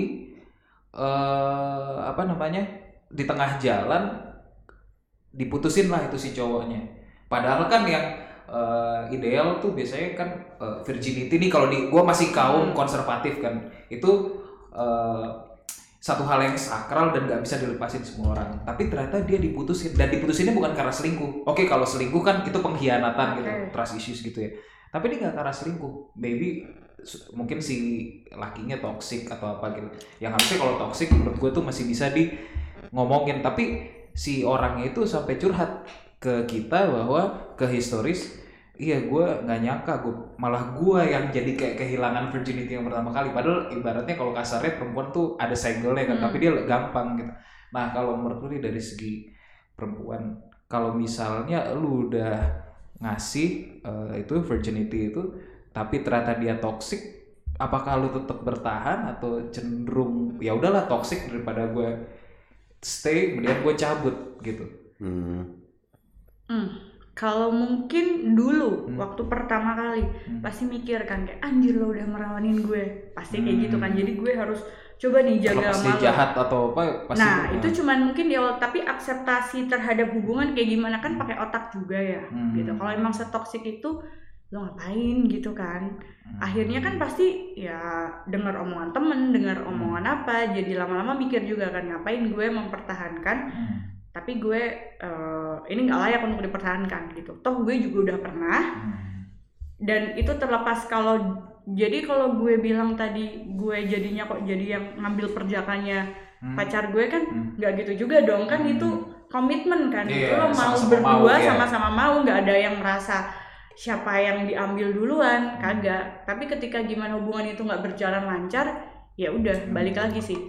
uh, apa namanya, di tengah jalan diputusin lah itu si cowoknya. Padahal kan yang uh, ideal tuh biasanya kan uh, virginity nih, kalau di gua masih kaum konservatif kan, itu uh, satu hal yang sakral dan nggak bisa dilepasin semua orang. Tapi ternyata dia diputusin, dan diputusinnya bukan karena selingkuh. Oke, kalau selingkuh kan itu pengkhianatan gitu, Oke. trust issues gitu ya. Tapi ini nggak karena selingkuh, maybe su- mungkin si lakinya toxic atau apa gitu. Yang harusnya kalau toxic menurut gue tuh masih bisa di ngomongin, tapi si orangnya itu sampai curhat ke kita bahwa ke historis, iya gue nggak nyangka, gue malah gue yang jadi kayak kehilangan virginity yang pertama kali. Padahal ibaratnya kalau kasarnya perempuan tuh ada segel-nya kan, Hmm. tapi dia gampang gitu. Nah kalau menurut lu nih dari segi perempuan, kalau misalnya lu udah ngasih eh, itu virginity itu, tapi ternyata dia toxic, apakah lu tetap bertahan atau cenderung ya udahlah toxic daripada gue stay, kemudian gue cabut gitu? Hmm. Hmm. Kalau mungkin dulu Hmm. waktu pertama kali Hmm. pasti mikir kan kayak anjir lo udah merawanin gue, pasti kayak Hmm. gitu kan. Jadi gue harus coba nih jaga Terlepas sama dia lo. jahat atau apa pasti. Nah lu- itu cuman mungkin di awal, tapi akseptasi terhadap hubungan kayak gimana kan pakai otak juga ya, Hmm. gitu. Kalau emang setoksik itu lo ngapain gitu kan? Hmm. Akhirnya kan pasti ya dengar omongan temen, dengar Hmm. omongan apa, jadi lama-lama mikir juga kan ngapain gue mempertahankan, Hmm. tapi gue eh, ini nggak layak untuk dipertahankan gitu. Toh gue juga udah pernah, Hmm. dan itu terlepas kalau jadi kalau gue bilang tadi gue jadinya kok jadi yang ngambil perjakannya Hmm. pacar gue kan Hmm. nggak gitu juga dong kan, Hmm. itu komitmen kan, Iya, itu lo mau sama-sama berdua mau, ya. sama-sama mau, nggak ada yang merasa siapa yang diambil duluan, kagak. Tapi ketika gimana hubungan itu nggak berjalan lancar, ya udah balik lagi sih.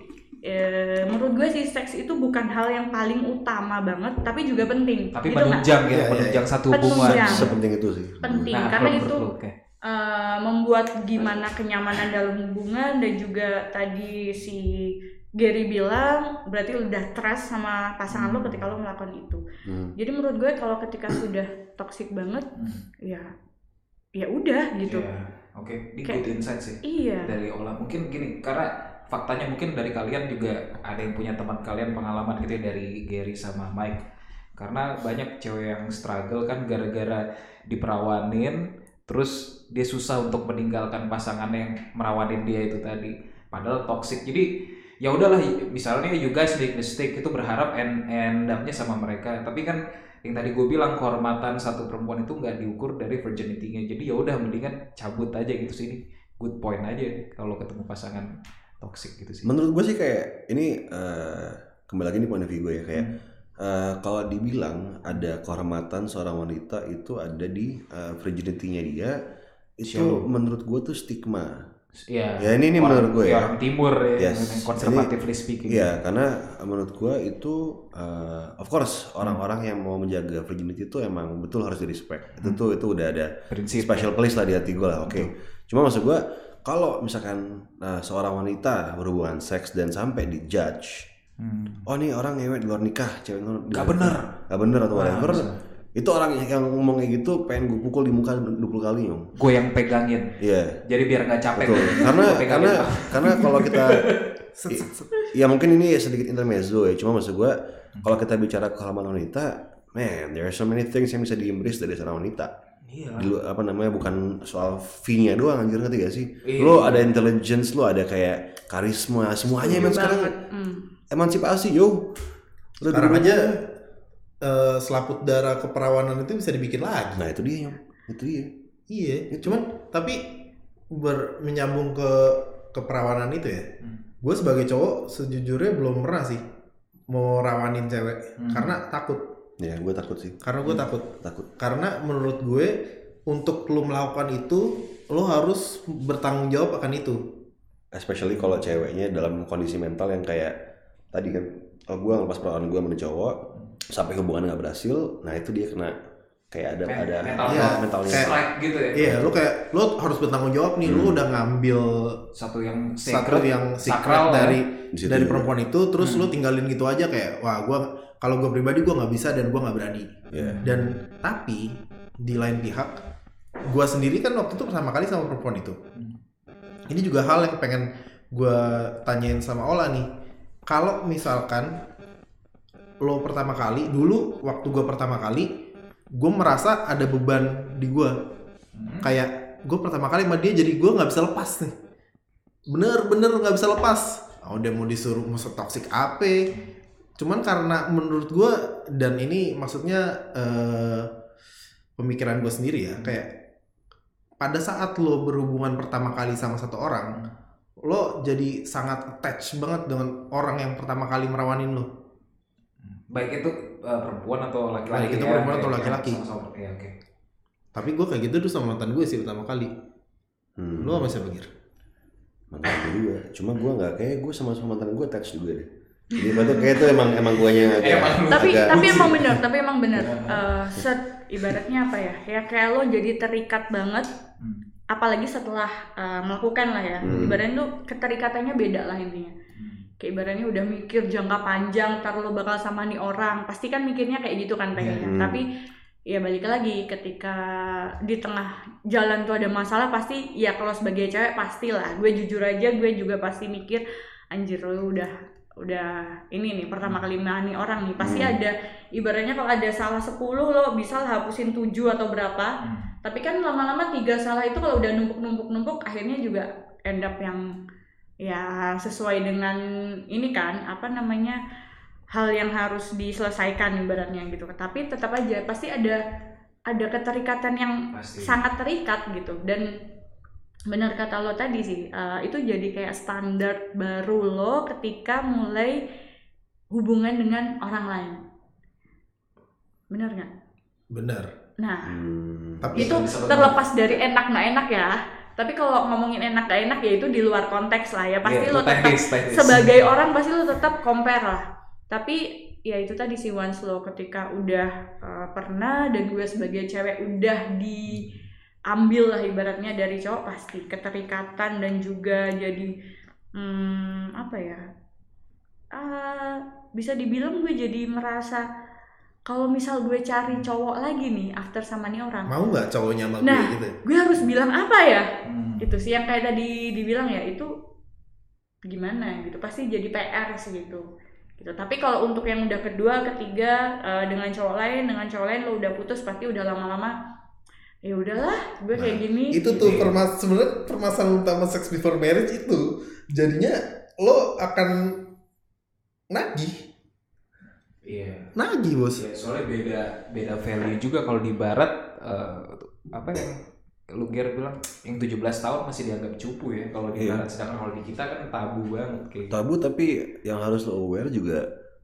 E, menurut gue sih seks itu bukan hal yang paling utama banget, tapi juga penting. Tapi gitu nggak? menunjang gitu, Iya, iya, menunjang iya. satu hubungan. Penunjang. Sepenting itu sih. Penting Nah, karena kalau itu menurut lu, oke. uh, membuat gimana kenyamanan dalam hubungan, dan juga tadi si Gary bilang berarti lu udah trust sama pasangan lo ketika lo melakukan itu. Hmm. Jadi menurut gue kalau ketika sudah toxic banget, Hmm. ya ya udah gitu. Iya, oke. Ini Kayak- good insight sih Iya. dari Ola. Mungkin gini, karena faktanya mungkin dari kalian juga ada yang punya teman kalian pengalaman gitu ya, dari Gary sama Mike. Karena banyak cewek yang struggle kan gara-gara diperawanin, terus dia susah untuk meninggalkan pasangan yang merawanin dia itu tadi. Padahal toxic. Jadi ya udahlah, misalnya you guys make mistake, itu berharap end end up-nya sama mereka. Tapi kan yang tadi gue bilang, kehormatan satu perempuan itu nggak diukur dari virginity-nya. Jadi ya udah mendingan cabut aja gitu sih. Ini good point aja kalau ketemu pasangan toxic gitu sih. Menurut gue sih kayak ini eh, kembali lagi nih point of view gue ya, kayak eh, kalau dibilang ada kehormatan seorang wanita itu ada di eh, virginity-nya dia, itu Shallow. menurut gue tuh stigma. Iya. Ya, ini- ini orang- menurut gue ya. Orang timur ya, Yes. yang conservatively speaking. Iya, karena menurut gue itu eh, of course orang-orang yang mau menjaga virginity itu emang betul harus di respect. Itu tuh itu udah ada Prinsip. special place lah di hati gue lah. Oke. Cuma maksud gue kalau misalkan nah, seorang wanita berhubungan seks dan sampai dijudge, Hmm. oh nih orang ngewek di luar nikah, cewek di luar Gak bener. gak bener atau Wah, whatever, bisa. itu orang yang ngomong kayak gitu pengen gue pukul di muka dua puluh kali yong. Gue yang pegangin. Iya. Jadi biar nggak capek. Betul. Karena Gua pegangin. karena karena kalau kita ya mungkin ini sedikit intermezzo ya, cuma maksud gue kalau kita bicara kehormatan wanita, man, there are so many things yang bisa diembrace dari seorang wanita. Iya. Di lu- apa namanya, bukan soal fee-nya doang, anjir, ngerti gak sih? Iya. Lo ada intelligence, lo ada kayak karisma, semuanya emang sekarang banget. Hmm. emansipasi, yo. Lo Sekarang dulu- aja eh, selaput darah keperawanan itu bisa dibikin lagi. Nah itu dia, Yong. Itu dia. Iya, cuman tapi ber, menyambung ke keperawanan itu ya. Hmm. Gue sebagai cowok sejujurnya belum pernah sih mau rawanin cewek Hmm. karena takut. Ya, gue takut sih. Karena gue takut. Takut. Karena menurut gue untuk lo melakukan itu lo harus bertanggung jawab akan itu. Especially kalau ceweknya dalam kondisi mental yang kayak tadi kan, oh gue ngelepas perawan gue sama nih cowok sampai hubungan nggak berhasil, nah itu dia kena kayak ada Men- ada mental Iya, mentalnya. kayak- strike gitu ya. Iya, lo kayak lo harus bertanggung jawab nih. Lo udah ngambil Satu yang satu sacred, yang secret sakral dari Di situ dari juga. perempuan itu, terus lo tinggalin gitu aja kayak wah gue kalau gue pribadi gue nggak bisa dan gue nggak berani. Iya. Dan tapi di lain pihak gue sendiri kan waktu itu pertama kali sama perempuan itu. Ini juga hal yang pengen gue tanyain sama Ola nih. Kalau misalkan lo pertama kali dulu waktu gue pertama kali gue merasa ada beban di gue, kayak gue pertama kali sama dia jadi gue nggak bisa lepas nih, bener-bener nggak bisa lepas. Oh, udah mau disuruh mau toxic apa? Cuman karena menurut gue, dan ini maksudnya eh, pemikiran gue sendiri ya, kayak pada saat lo berhubungan pertama kali sama satu orang, lo jadi sangat attach banget dengan orang yang pertama kali merawanin lo. baik itu uh, perempuan atau laki-laki. Baik itu ya, perempuan atau kayak- laki-laki. sama-sama. Iya, oke. Tapi gue kayak gitu tuh sama mantan gue sih pertama kali. Hmm. Lo sama siapa Gir? Mantan gue juga. Cuma gue nggak kayak gue sama sama mantan gue touch juga deh. Jadi itu kayak itu emang emang guanya agak. Emang lu- Tapi agak- tapi emang bener, tapi emang bener. Eh, set ibaratnya apa ya? Ya kayak lo jadi terikat banget. Hmm. Apalagi setelah eh, melakukan lah ya. Hmm. Ibaratnya tuh keterikatannya beda lah intinya. Kayak ibaratnya udah mikir jangka panjang, ntar lo bakal sama nih orang. Pasti kan mikirnya kayak gitu kan pengennya. Hmm. Tapi ya balik lagi ketika di tengah jalan tuh ada masalah, pasti ya kalau sebagai cewek pastilah. Gue jujur aja, gue juga pasti mikir anjir lu udah udah ini nih pertama kali menangani orang nih pasti hmm. ada ibaratnya kalau ada salah sepuluh lo bisa lah hapusin tujuh atau berapa hmm. tapi kan lama-lama tiga salah itu kalau udah numpuk-numpuk-numpuk akhirnya juga end up yang ya sesuai dengan ini kan apa namanya hal yang harus diselesaikan ibaratnya gitu tapi tetap aja pasti ada ada keterikatan yang pasti. Sangat terikat gitu dan benar kata lo tadi sih, uh, itu jadi kayak standar baru lo ketika mulai hubungan dengan orang lain. Benar nggak? Benar. Nah, hmm, tapi itu terlepas dari enak nggak enak ya. Tapi kalau ngomongin enak nggak enak ya itu di luar konteks lah ya. Pasti yeah, lo tetap teknis, teknis. Sebagai orang pasti lo tetap compare lah. Tapi ya itu tadi sih once lo ketika udah uh, pernah dan gue sebagai cewek udah di ambil lah ibaratnya dari cowok pasti keterikatan dan juga jadi hmm, apa ya uh, bisa dibilang gue jadi merasa kalau misal gue cari cowok lagi nih after sama nih orang mau nggak cowoknya sama nah, gue gitu gue harus bilang apa ya hmm. itu sih yang kayak tadi dibilang ya itu gimana gitu pasti jadi P R sih gitu gitu tapi kalau untuk yang udah kedua ketiga uh, dengan cowok lain dengan cowok lain lo udah putus pasti udah lama-lama ya udahlah gue nah, kayak gini itu tuh gitu. permas sebenarnya permasalahan utama sex before marriage itu jadinya lo akan nagih iya nagih bos ya, soalnya beda beda value juga kalau di barat uh, apa yang lu Ger bilang yang tujuh belas tahun masih dianggap cupu ya kalau di iya. barat sedangkan kalau di kita kan tabu banget kayak tabu gitu. Tapi yang harus lo aware juga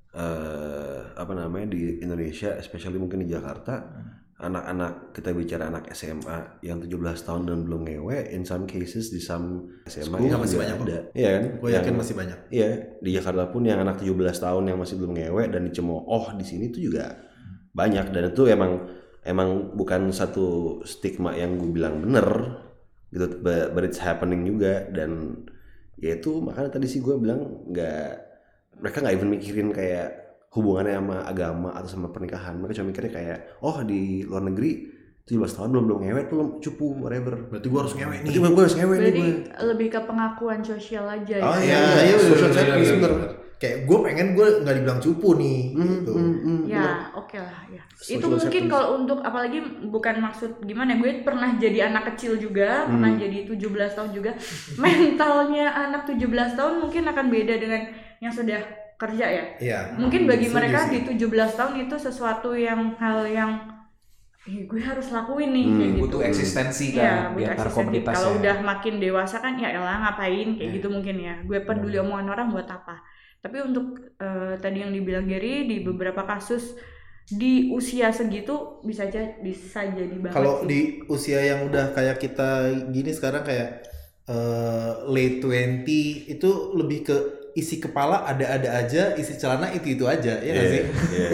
uh, apa namanya di Indonesia especially mungkin di Jakarta hmm. anak-anak kita bicara anak S M A yang tujuh belas tahun dan belum ngewe in some cases di some S M A yang masih banyak ada iya kan gue yakin yang, masih banyak iya di Jakarta pun yang anak tujuh belas tahun yang masih belum ngewe dan dicemooh di sini tuh juga banyak dan itu emang emang bukan satu stigma yang gue bilang bener gitu but, but it's happening juga dan ya itu makanya tadi sih gue bilang nggak mereka nggak even mikirin kayak hubungannya sama agama atau sama pernikahan mereka cuma mikirnya kayak oh di luar negeri tujuh belas tahun belum belum ngewek belum cupu whatever berarti gue harus ngewek nih berarti gue harus ngewek berarti nih gue lebih ke pengakuan sosial aja oh ya iya iya sosial service bener kayak gue pengen gue nggak dibilang cupu nih mm, gitu mm, mm, ya oke okay lah ya social itu mungkin kalau untuk apalagi bukan maksud gimana gue pernah jadi anak kecil juga mm. pernah jadi tujuh belas tahun juga mentalnya anak tujuh belas tahun mungkin akan beda dengan yang sudah kerja ya. Iya. Mungkin bagi hmm, mereka di tujuh belas tahun itu sesuatu yang hal yang eh, gue harus lakuin nih hmm, kayak gitu. Butuh eksistensi kan ya, di antar komunitas. Kalau udah makin dewasa kan ya elah ngapain kayak yeah. gitu mungkin ya. Gue peduli hmm. omongan orang buat apa. Tapi untuk uh, tadi yang dibilang Gary di beberapa kasus di usia segitu bisa aja bisa jadi banget. Kalau di usia yang udah kayak kita gini sekarang kayak uh, late twenty itu lebih ke isi kepala ada-ada aja, isi celana itu-itu aja, ya nggak yeah, sih? Iya,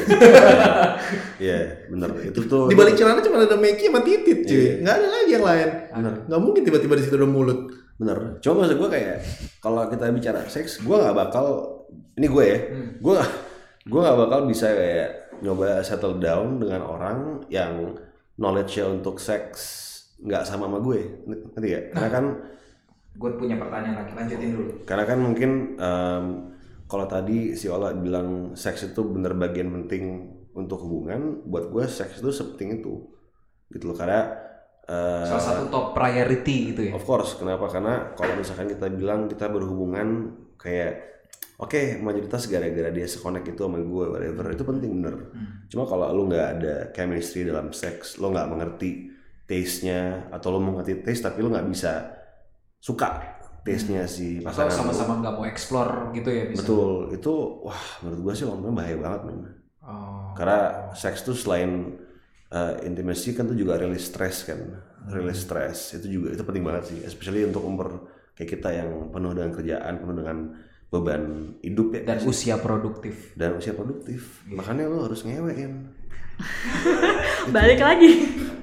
yeah, benar. Itu tuh. Di balik celana cuma ada Meki sama titit, cuy. Yeah. Nggak ada lagi yang lain. Benar. Nggak mungkin tiba-tiba di situ ada mulut. Bener. Cuma maksud gue kayak kalau kita bicara seks, gue nggak bakal. Ini gue ya, hmm. gue gue nggak bakal bisa kayak nyoba settle down dengan orang yang knowledge-nya untuk seks nggak sama sama gue, ngerti ya? Karena kan gue punya pertanyaan lagi, lanjutin dulu. Karena kan mungkin um, kalau tadi si Ola bilang seks itu bener bagian penting untuk hubungan, buat gue seks itu sepenting itu, gitu loh. Karena uh, salah satu top priority gitu ya. Of course, kenapa? Karena kalau misalkan kita bilang kita berhubungan kayak oke okay, mayoritas gara-gara dia se-connect itu sama gue, whatever, itu penting bener. Hmm. Cuma kalau lu nggak ada chemistry dalam seks, lo nggak mengerti taste-nya, atau lo mengerti taste tapi lo nggak bisa suka taste-nya si pasangan. Atau sama-sama nggak mau explore gitu ya? Bisa. Betul, itu wah menurut gue sih lama-lama bahaya banget men. Oh. Karena seks tuh selain uh, intimacy kan tuh juga release stress kan, hmm. release stress itu juga itu penting banget sih, especially untuk umur kayak kita yang penuh dengan kerjaan, penuh dengan beban hidup ya. Dan sih. usia produktif. Dan usia produktif, yeah. Makanya lo harus ngewein. Balik lagi.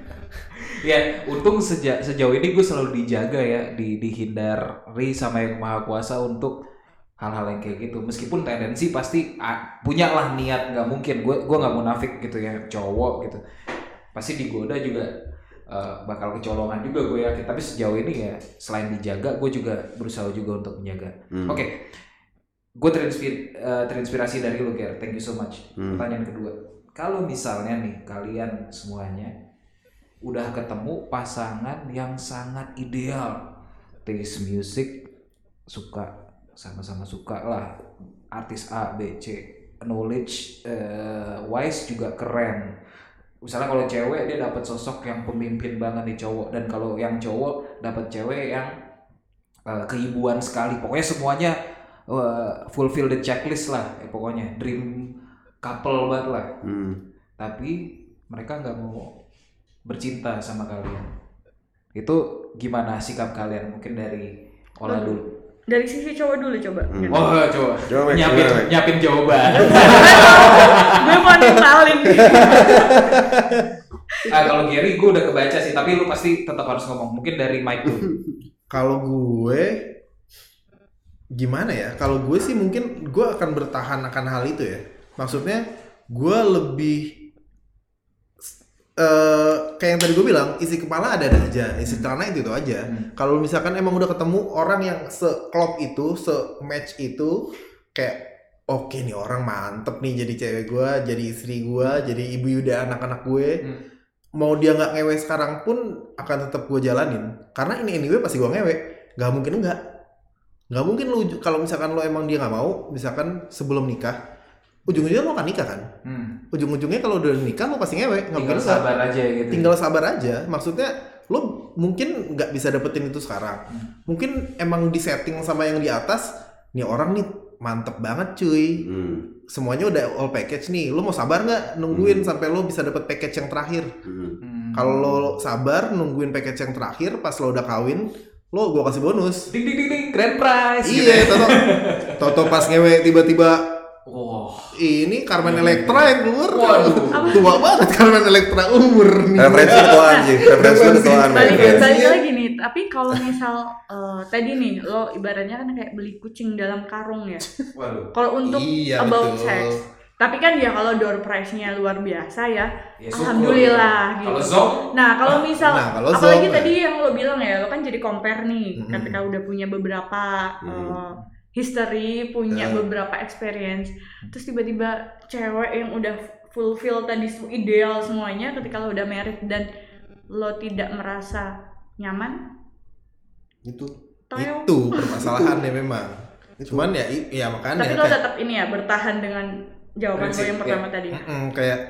Ya, untung seja, sejauh ini gue selalu dijaga ya, di, dihindari sama yang maha kuasa untuk hal-hal yang kayak gitu. Meskipun tendensi pasti ah, punya lah niat, nggak mungkin. Gue gue nggak munafik gitu ya, cowok gitu. Pasti digoda juga uh, bakal kecolongan juga gue yakin. Tapi sejauh ini ya selain dijaga, gue juga berusaha juga untuk menjaga. Hmm. Oke, okay. gue terinspir, uh, terinspirasi dari lu Ger, thank you so much. Hmm. Pertanyaan kedua, kalau misalnya nih kalian semuanya udah ketemu pasangan yang sangat ideal, taste music suka, sama-sama suka lah, artis A, B, C, knowledge uh, wise juga keren. Misalnya kalau cewek dia dapat sosok yang pemimpin banget nih cowok, dan kalau yang cowok dapat cewek yang uh, keibuan sekali. Pokoknya semuanya uh, fulfill the checklist lah, eh, pokoknya dream couple banget lah. Hmm. Tapi mereka nggak mau bercinta sama kalian. Itu gimana sikap kalian? Mungkin dari Ola dulu. Dari sisi cowok dulu coba. Hmm. Oh coba, Coba, nyiapin, coba. nyiapin jawaban. Gue mau nimpalin. Ah kalau Gary gue udah kebaca sih, tapi lu pasti tetap harus ngomong. Mungkin dari Mike dulu. Kalau gue gimana ya? Kalau gue sih mungkin gue akan bertahan akan hal itu ya. Maksudnya gue lebih Uh, kayak yang tadi gue bilang, isi kepala ada-ada aja, isi celana itu itu aja. Hmm. Kalau misalkan emang udah ketemu orang yang se-klop itu, se-match itu, kayak oke nih orang mantep nih jadi cewek gue, jadi istri gue, jadi ibu yuda anak-anak gue. Hmm. Mau dia nggak ngewe sekarang pun akan tetap gue jalanin. Karena ini anyway pasti gue ngewe, nggak mungkin enggak. Nggak mungkin lu kalau misalkan lo emang dia nggak mau, misalkan sebelum nikah. Ujung-ujungnya lo akan nikah kan? Hmm. Ujung-ujungnya kalau udah nikah lo pasti ngewe, nggak Tinggal mungkin sabar enggak. aja gitu. Tinggal sabar aja. Maksudnya lo mungkin nggak bisa dapetin itu sekarang. Hmm. Mungkin emang disetting sama yang di atas. Nih orang nih mantep banget cuy. Hmm. Semuanya udah all package nih. Lo mau sabar nggak nungguin sampai lo bisa dapet package yang terakhir? Hmm. Hmm. Kalau lo sabar nungguin package yang terakhir, pas lo udah kawin, lo gua kasih bonus. Ding ding ding ding, grand prize. Iya, toto, toto pas ngewe tiba-tiba. Wow. Ini Carmen Electra yang keluar. Waduh. Tua banget Carmen Electra umur nih. Referensi ketuaan sih, referensi ketuaan. balik, men. balik lagi nih, tapi kalau misal uh, tadi nih lo ibaratnya kan kayak beli kucing dalam karung ya. Waduh. Kalau untuk Iya, about betul. sex, tapi kan ya kalau door prize-nya luar biasa ya, Ya, syukur. alhamdulillah gitu. Kalau Zong, Nah kalau misal, Nah, kalau apalagi Zong, tadi yang lo bilang ya, lo kan jadi compare nih, Mm-mm. ketika udah punya beberapa Hmm. uh, history, punya Uh. beberapa experience, terus tiba-tiba cewek yang udah fulfill tadi su- ideal semuanya, ketika lo udah married dan lo tidak merasa nyaman, Itu. toyo. Itu permasalahannya memang. Cuman ya, i- ya makanya Tapi lo kayak, tetap ini ya bertahan dengan jawaban lo Prinsip, yang pertama ya. tadi. mm-mm, kayak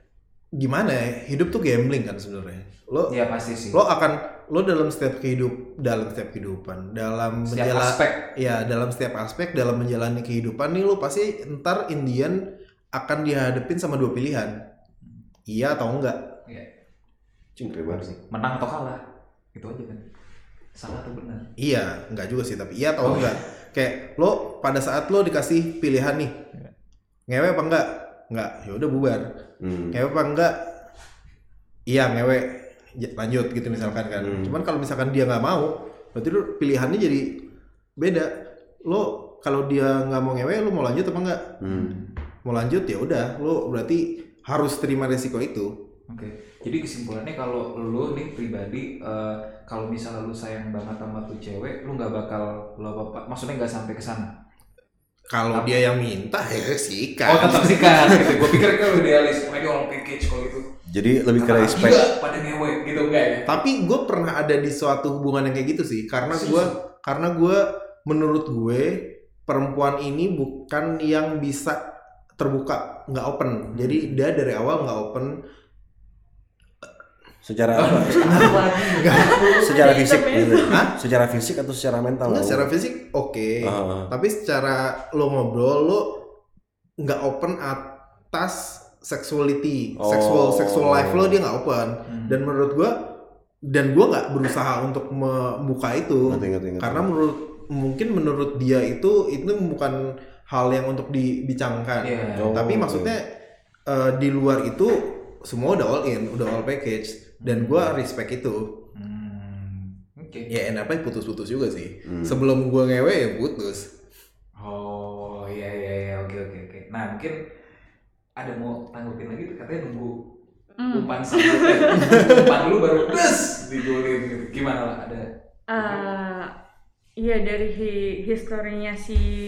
gimana ya? Hidup tuh gambling kan sebenarnya. Lo ya pasti sih. lo akan lo dalam setiap kehidup dalam setiap kehidupan dalam Setiap menjala- aspek. ya dalam setiap aspek dalam menjalani kehidupan nih lo pasti ntar Indian akan dihadapin sama dua pilihan, iya atau enggak. Ya. Cing, keren banget sih. Menang atau kalah, itu aja kan. Salah atau benar. Iya, enggak juga sih, tapi iya atau Oh. enggak. Kayak lo pada saat lo dikasih pilihan nih, ngewe apa enggak? Enggak, ya udah bubar. Hmm. Ngewe apa enggak? Iya ngewe, J- lanjut gitu misalkan kan. Hmm. Cuman kalau misalkan dia nggak mau, berarti lo pilihannya jadi beda. Lo kalau dia nggak mau ngewe, lo mau lanjut apa enggak? Hmm. Mau lanjut ya udah, lo berarti harus terima resiko itu. Oke. Jadi kesimpulannya kalau lu nih pribadi, eh, kalau misalnya lu sayang banget sama tuh cewek, lu nggak bakal lu apa-apa. Maksudnya nggak sampai ke sana. Kalau Apa? dia yang minta ya sikat. Oh tetap sih kan. Gitu. Gue pikir kan idealis, pokoknya all package kalau itu. Jadi lebih ke Kata respect. gila pada ngewe gitu enggak ya? Tapi gue pernah ada di suatu hubungan yang kayak gitu sih, karena gue karena gue menurut gue perempuan ini bukan yang bisa terbuka, nggak open. Jadi dia dari awal nggak open. Secara apa? Secara fisik. Hah? Secara fisik atau secara mental? Nggak, secara fisik oke, Ah. tapi secara lo ngobrol lo nggak open atas sexuality, Oh. sexual sexual life lo dia nggak open. Hmm. Dan menurut gue dan gue nggak berusaha untuk membuka itu. Ngerti, ngerti, ngerti. Karena menurut mungkin menurut dia itu itu bukan hal yang untuk dibincangkan. Iya. Oh, Tapi oke. maksudnya eh, di luar itu semua udah all in, udah all package dan gua respect itu. Hmm. Oke. Ya enaknya putus-putus juga sih. Hmm. Sebelum gua ngewe ya putus. Oh iya iya iya oke oke oke. Nah mungkin ada mau tanggupin lagi tuh, katanya nunggu Hmm. umpan selanjutnya. Umpan dulu baru des digolin gitu. Gimana lah ada? Eh, iya dari hi- historinya si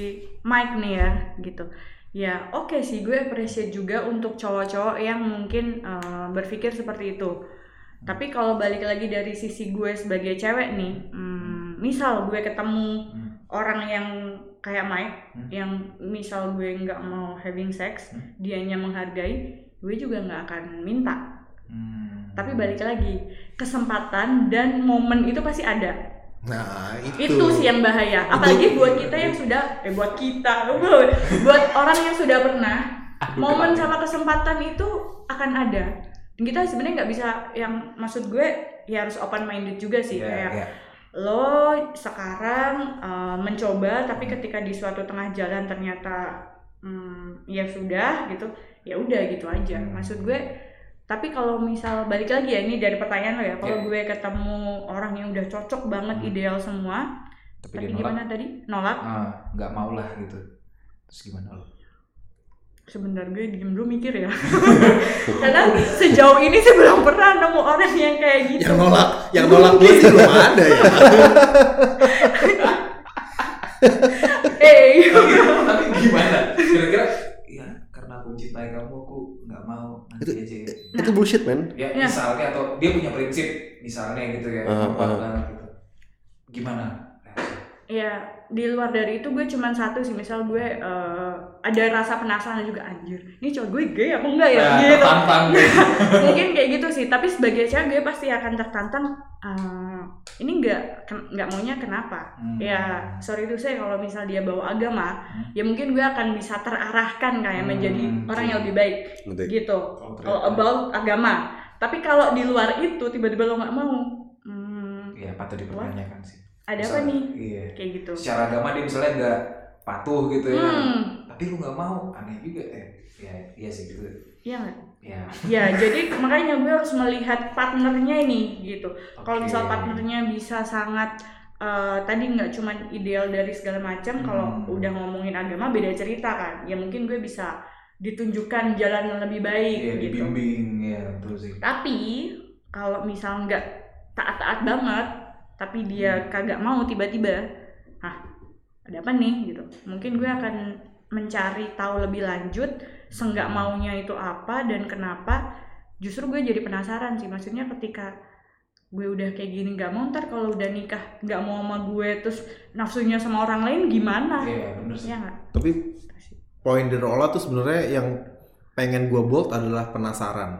Mike nih ya gitu. Ya oke okay sih, gue appreciate juga untuk cowok-cowok yang mungkin uh, berpikir seperti itu. Tapi kalau balik lagi dari sisi gue sebagai cewek nih, hmm, misal gue ketemu hmm. orang yang kayak Mike, hmm. yang misal gue nggak mau having sex, hmm. dianya menghargai, gue juga nggak akan minta. Hmm. Tapi balik lagi, kesempatan dan momen itu pasti ada. Nah itu. Itu sih yang bahaya. Apalagi buat kita yang sudah, eh buat kita, buat orang yang sudah pernah, momen sama kesempatan itu akan ada. Dan kita sebenarnya nggak bisa, yang maksud gue ya harus open minded juga sih, yeah, kayak yeah. lo sekarang uh, mencoba, tapi ketika di suatu tengah jalan ternyata hmm, ya sudah gitu, ya udah gitu aja. Maksud gue, tapi kalau misal balik lagi ya, ini dari pertanyaan lo ya, kalau yeah. gue ketemu orang yang udah cocok banget, hmm. ideal semua, tapi, tapi gimana tadi? Nolak? Ah, nggak mau lah gitu. Terus gimana lo? Sebentar gue diem dulu mikir ya. Karena sejauh ini sih belum pernah nemu orang yang kayak gitu. Yang nolak, yang nolak gue sih belum ada ya. Eh, tapi gimana? Kira-kira ya karena aku mencintai kamu, aku nggak mau nanti itu, aja. Nah, itu bullshit man. Ya, ya misalnya atau dia punya prinsip misalnya gitu ya, uh, uh. banget gitu. Gimana? Ya di luar dari itu gue cuman satu sih, misal gue uh, ada rasa penasaran juga, anjir ini cowok gue gay apa enggak ya, nah, gitu. Tertantang Mungkin kayak gitu sih, tapi sebagai cewek gue pasti akan tertantang. Uh, ini nggak nggak maunya kenapa? Hmm. Ya sorry itu saya kalau misal dia bawa agama, hmm. ya mungkin gue akan bisa terarahkan kayak hmm. menjadi orang yang lebih baik, Nanti. gitu. Kalau about agama, tapi kalau di luar itu tiba-tiba lo nggak mau, hmm, ya patut dipertanyakan sih. Ada misal, apa nih? Iya. Kayak gitu. Secara agama dia misalnya nggak patuh gitu ya, hmm. tapi lu nggak mau, aneh juga eh. Ya, iya sih gitu. Iya nggak? Ya. Ya, jadi makanya gue harus melihat partnernya ini gitu. Okay. Kalau misal partnernya bisa sangat uh, tadi nggak cuma ideal dari segala macam, hmm. kalau udah ngomongin agama beda cerita kan. Ya mungkin gue bisa ditunjukkan jalan yang lebih baik ya, gitu. Dibimbing ya, betul sih. Tapi kalau misal nggak taat-taat banget, tapi dia hmm. kagak mau tiba-tiba, ah ada apa nih gitu. Mungkin gue akan mencari tahu lebih lanjut, seenggak maunya itu apa dan kenapa. Justru gue jadi penasaran sih, maksudnya ketika gue udah kayak gini nggak mau, ntar kalau udah nikah nggak mau sama gue terus nafsunya sama orang lain gimana? Iya benar sih. Ya nggak? Tapi poin dari Ola tuh sebenarnya yang pengen gue bold adalah penasaran.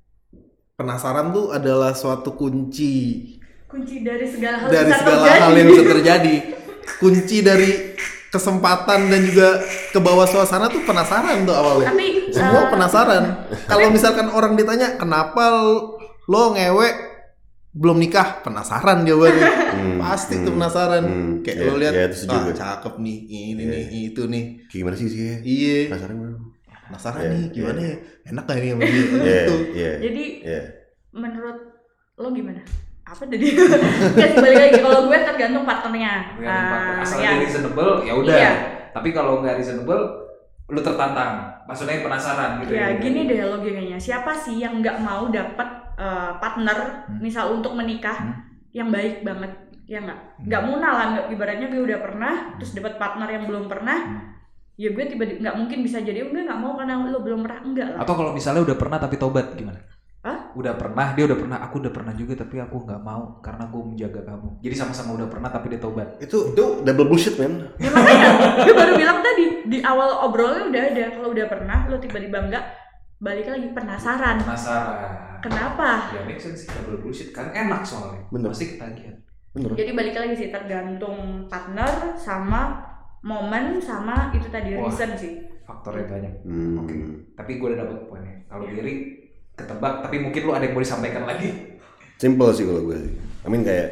Penasaran tuh adalah suatu kunci. Kunci dari segala hal dari bisa segala terjadi. hal yang bisa terjadi. Kunci dari kesempatan dan juga ke bawah suasana tuh penasaran tuh awalnya. Tapi semua uh, penasaran. Kalau misalkan orang ditanya kenapa lo ngewe belum nikah, penasaran jawabannya. Hmm, Pasti hmm, tuh penasaran. Hmm, Kayak yeah, lo lihat, yeah, ah cakep nih, ini yeah. nih, itu nih. Gimana sih sih? Iya. Penasaran gue. Penasaran yeah, nih, gimana yeah. ya? Enak gak ini sama dia? Yeah, gitu. yeah, Jadi yeah. menurut lo gimana? Apa tadi? Ya balik lagi, kalau gue tergantung partnernya. Uh, Asal ya. dia reasonable, ya udah. Iya. Tapi kalau nggak reasonable, lu tertantang. Maksudnya penasaran gitu. Ya, ya gini deh logikanya. Siapa sih yang nggak mau dapat uh, partner, hmm. misal untuk menikah, hmm. yang baik banget, ya nggak? Nggak hmm. muna lah, nggak ibaratnya gue udah pernah, hmm. terus dapat partner yang belum pernah. Hmm. Ya gue tiba-tiba nggak mungkin bisa jadi, gue nggak mau karena lo belum pernah, enggak lah. Atau kalau misalnya udah pernah tapi tobat gimana? Hah? Udah pernah, dia udah pernah, aku udah pernah juga tapi aku nggak mau karena gue menjaga kamu. Jadi sama-sama udah pernah tapi dia tobat. Itu itu double bullshit man. Ya makanya, gue baru bilang tadi di awal obrolnya udah ada. Kalau udah pernah, lo tiba-tiba enggak, balik lagi penasaran. Penasaran. Kenapa? Ya make sense sih, double bullshit kan enak soalnya. Bener. Pasti ketagihan. Bener. Jadi balik lagi sih, tergantung partner sama momen sama itu tadi. Wah, reason sih. Faktornya banyak. Hmm. Oke. Okay. Tapi gue udah dapet poinnya. Kalau yeah. diri ketebak, tapi mungkin lu ada yang mau disampaikan lagi. Simple sih kalau gue sih. I mean kayak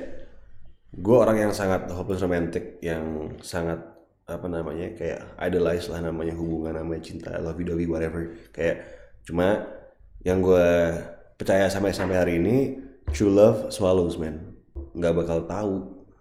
gue orang yang sangat hopeless romantic, yang sangat apa namanya kayak idolize lah namanya hubungan, namanya cinta, love you dovey whatever. Kayak cuma yang gue percaya sampai sampai hari ini, true love swallows man. Nggak bakal tahu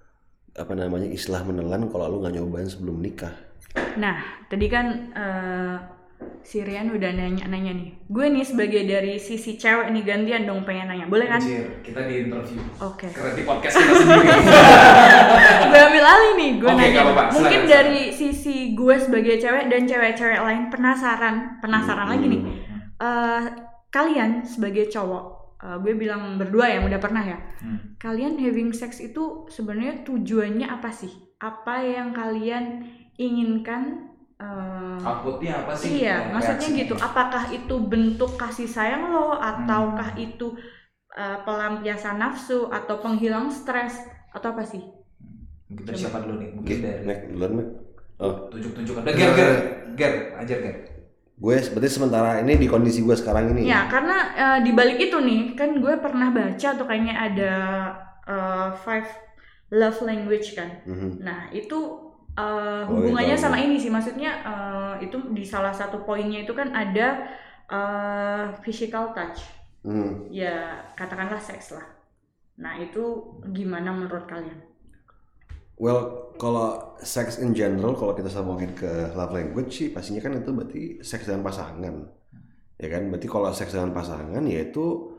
apa namanya istilah menelan kalau lu nggak nyobain sebelum nikah. Nah tadi kan uh... si Rian udah nanya-nanya nih. Gue nih sebagai dari sisi cewek nih, gantian dong pengen nanya. Boleh kan? Anjir, kita di interview. Oke. Okay. Karena di podcast kita sendiri. Gue ambil alih nih, gue okay, nanya Coba, mungkin silakan, dari sisi gue sebagai cewek dan cewek-cewek lain penasaran, penasaran lagi nih. Uh, kalian sebagai cowok, uh, gue bilang berdua yang udah pernah ya. Hmm. Kalian having sex itu sebenarnya tujuannya apa sih? Apa yang kalian inginkan? Uh, Outputnya apa sih? Iya, maksudnya gitu. Apakah itu bentuk kasih sayang lo, ataukah hmm. itu uh, pelampiasan nafsu atau penghilang stres atau apa sih? Mungkin dari siapa dulu nih? Mungkin okay. dari Mek, duluan Mek. Oh. Tunjuk-tunjuk. Udah ger ger ger ajar ger. Gue berarti sementara ini di kondisi gue sekarang ini. Ya, karena uh, di balik itu nih, kan gue pernah baca tuh kayaknya ada uh, five love language kan. Mm-hmm. Nah, itu uh, hubungannya oh, sama ini sih. Maksudnya uh, itu di salah satu poinnya itu kan ada uh, physical touch. Mm. Ya, katakanlah seks lah. Nah, itu gimana menurut kalian? Well, kalau sex in general, kalau kita sambungin ke love language sih, pastinya kan itu berarti seks dengan pasangan, ya kan? Berarti kalau seks dengan pasangan, ya itu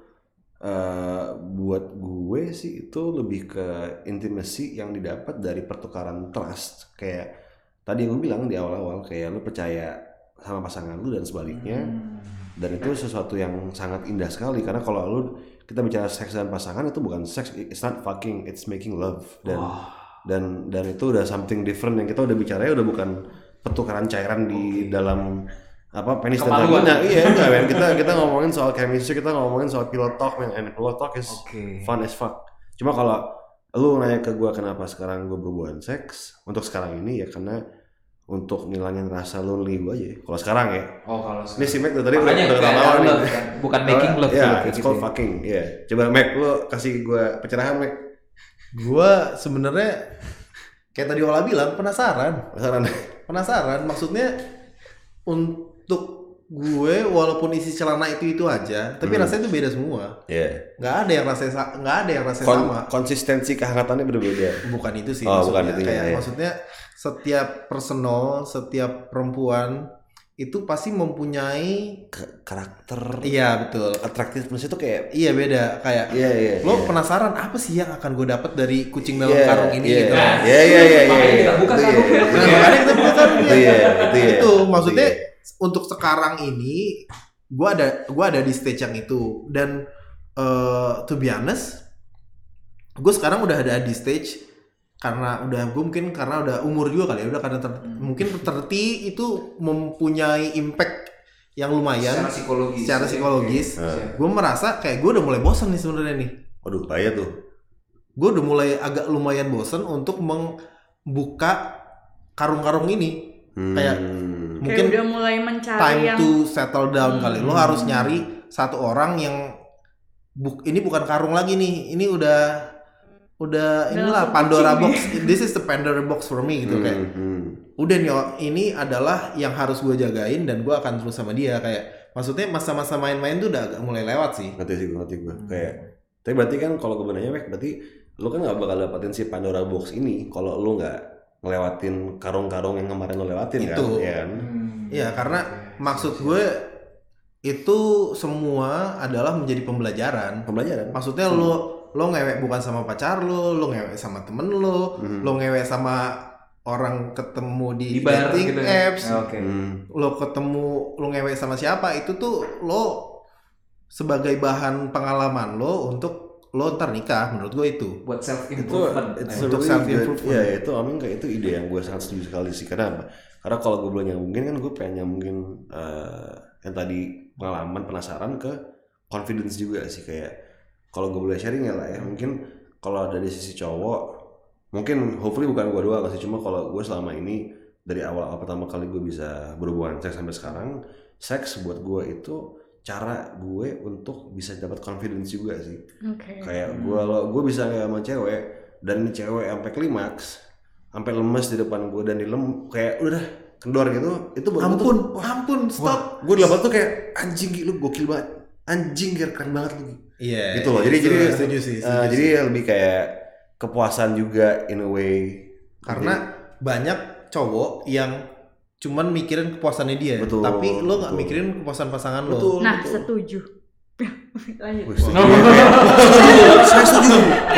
uh, buat gue sih itu lebih ke intimacy yang didapat dari pertukaran trust. Kayak tadi yang gue bilang di awal-awal, kayak lu percaya sama pasangan lu dan sebaliknya, hmm. dan itu sesuatu yang sangat indah sekali. Karena kalau lu kita bicara seks dengan pasangan itu bukan seks, it's not fucking, it's making love. Dan wow. dan dan itu udah something different yang kita udah bicara ya udah bukan pertukaran cairan di okay. dalam apa penis dan vagina. Iya enggak men, kita kita ngomongin soal chemistry, kita ngomongin soal pillow talk, man, and pillow talk is okay. fun as fuck. Cuma kalau lu nanya ke gue kenapa sekarang gue berhubungan seks untuk sekarang ini, ya karena untuk ngilangin rasa lonely gue aja. Kalau sekarang ya. Oh kalau ini si Mac tuh tadi udah udah lama nih. Kan? Bukan making love. Ya, yeah, it's called fucking. Iya. Yeah. Coba Mac, lu kasih gue pencerahan Mac. Gua sebenarnya kayak tadi Ola bilang penasaran, penasaran, penasaran. Maksudnya untuk gue walaupun isi celana itu itu aja, tapi hmm. rasanya itu beda semua. Iya. Yeah. Gak ada yang rasanya nggak ada yang rasanya Kon- sama. Konsistensi kehangatannya berbeda. Bukan itu sih. Oh, maksudnya. bukan itu kayak ya. Maksudnya setiap personal, setiap perempuan itu pasti mempunyai K- karakter. Iya betul. Atraktivitas itu kayak iya beda kayak. Iya iya. Lo iya. penasaran apa sih yang akan gue dapat dari kucing dalam yeah, karung ini yeah, gitu? Iya iya iya iya. Makanya kita buka karungnya. Makanya kita buka karungnya. Itu ya. Itu ya. Itu maksudnya untuk sekarang ini gue ada gue ada di stage yang itu dan uh, to be honest gue sekarang udah ada di stage karena udah gue mungkin karena udah umur juga kali ya udah karena ter, hmm. mungkin tiga puluh itu mempunyai impact yang lumayan secara psikologis secara psikologis okay. Gue merasa kayak gue udah mulai bosan nih sebenarnya nih. Waduh bahaya tuh. Gue udah mulai agak lumayan bosan untuk membuka karung-karung ini hmm. kayak mungkin kayak udah mulai mencari time yang... to settle down hmm. kali. Lo harus nyari satu orang yang bu- ini bukan karung lagi nih, ini udah udah inilah Pandora box. This is the Pandora box for me gitu kayak. Hmm. Udah nih, ini adalah yang harus gue jagain dan gue akan terus sama dia kayak. Maksudnya masa-masa main-main tuh udah agak mulai lewat sih. Ngerti sih gue, ngerti gue. Hmm. Kayak. Tapi berarti kan kalau gue benarnya Mek, berarti lo kan nggak bakal dapetin si Pandora box ini kalau lo nggak ngelewatin karung-karung yang kemarin lo lewatin itu. Kan? Iya kan? Iya hmm. karena okay. maksud gue itu semua adalah menjadi pembelajaran. Pembelajaran. Maksudnya hmm. lo lo ngewek bukan sama pacar lo, lo ngewek sama temen lo, hmm. lo ngewek sama orang ketemu di, di dating gitu ya? Apps, oh, okay. hmm. lo ketemu lo ngewek sama siapa itu tuh lo sebagai bahan pengalaman lo untuk lo ntar nikah menurut gue itu. Buat self improvement. Itu, untuk really self improvement. Ya itu amin kayak itu ide yang gue sangat setuju sekali sih. Karena karena kalau gue belum nyambungin kan gue pengen nyambungin uh, yang tadi pengalaman penasaran ke confidence juga sih kayak. Kalau gue boleh sharing ya lah ya, mungkin kalau dari sisi cowok, mungkin hopefully bukan gue doang sih, cuma kalau gue selama ini dari awal pertama kali gue bisa berhubungan seks sampai sekarang, seks buat gue itu cara gue untuk bisa dapat confidence juga sih. Okay. Kayak gue lo gue bisa sama cewek dan ini cewek sampai klimaks, sampai lemes di depan gue dan dilem kayak udah kendor gitu, itu buat ampun, tuh, wah, ampun, stop. Gue dapat tuh kayak anjing lu gokil banget, anjing keren banget lu. Iya. Yeah, gitu loh. Jadi setuju, jadi setuju sih. Setuju uh, sih. Jadi lebih kayak kepuasan juga in a way. Karena jadi, banyak cowok yang cuman mikirin kepuasannya dia, betul, tapi lo nggak mikirin kepuasan pasangan lo. Betul, nah, betul. Setuju. Lanjut. Saya setuju. Ya,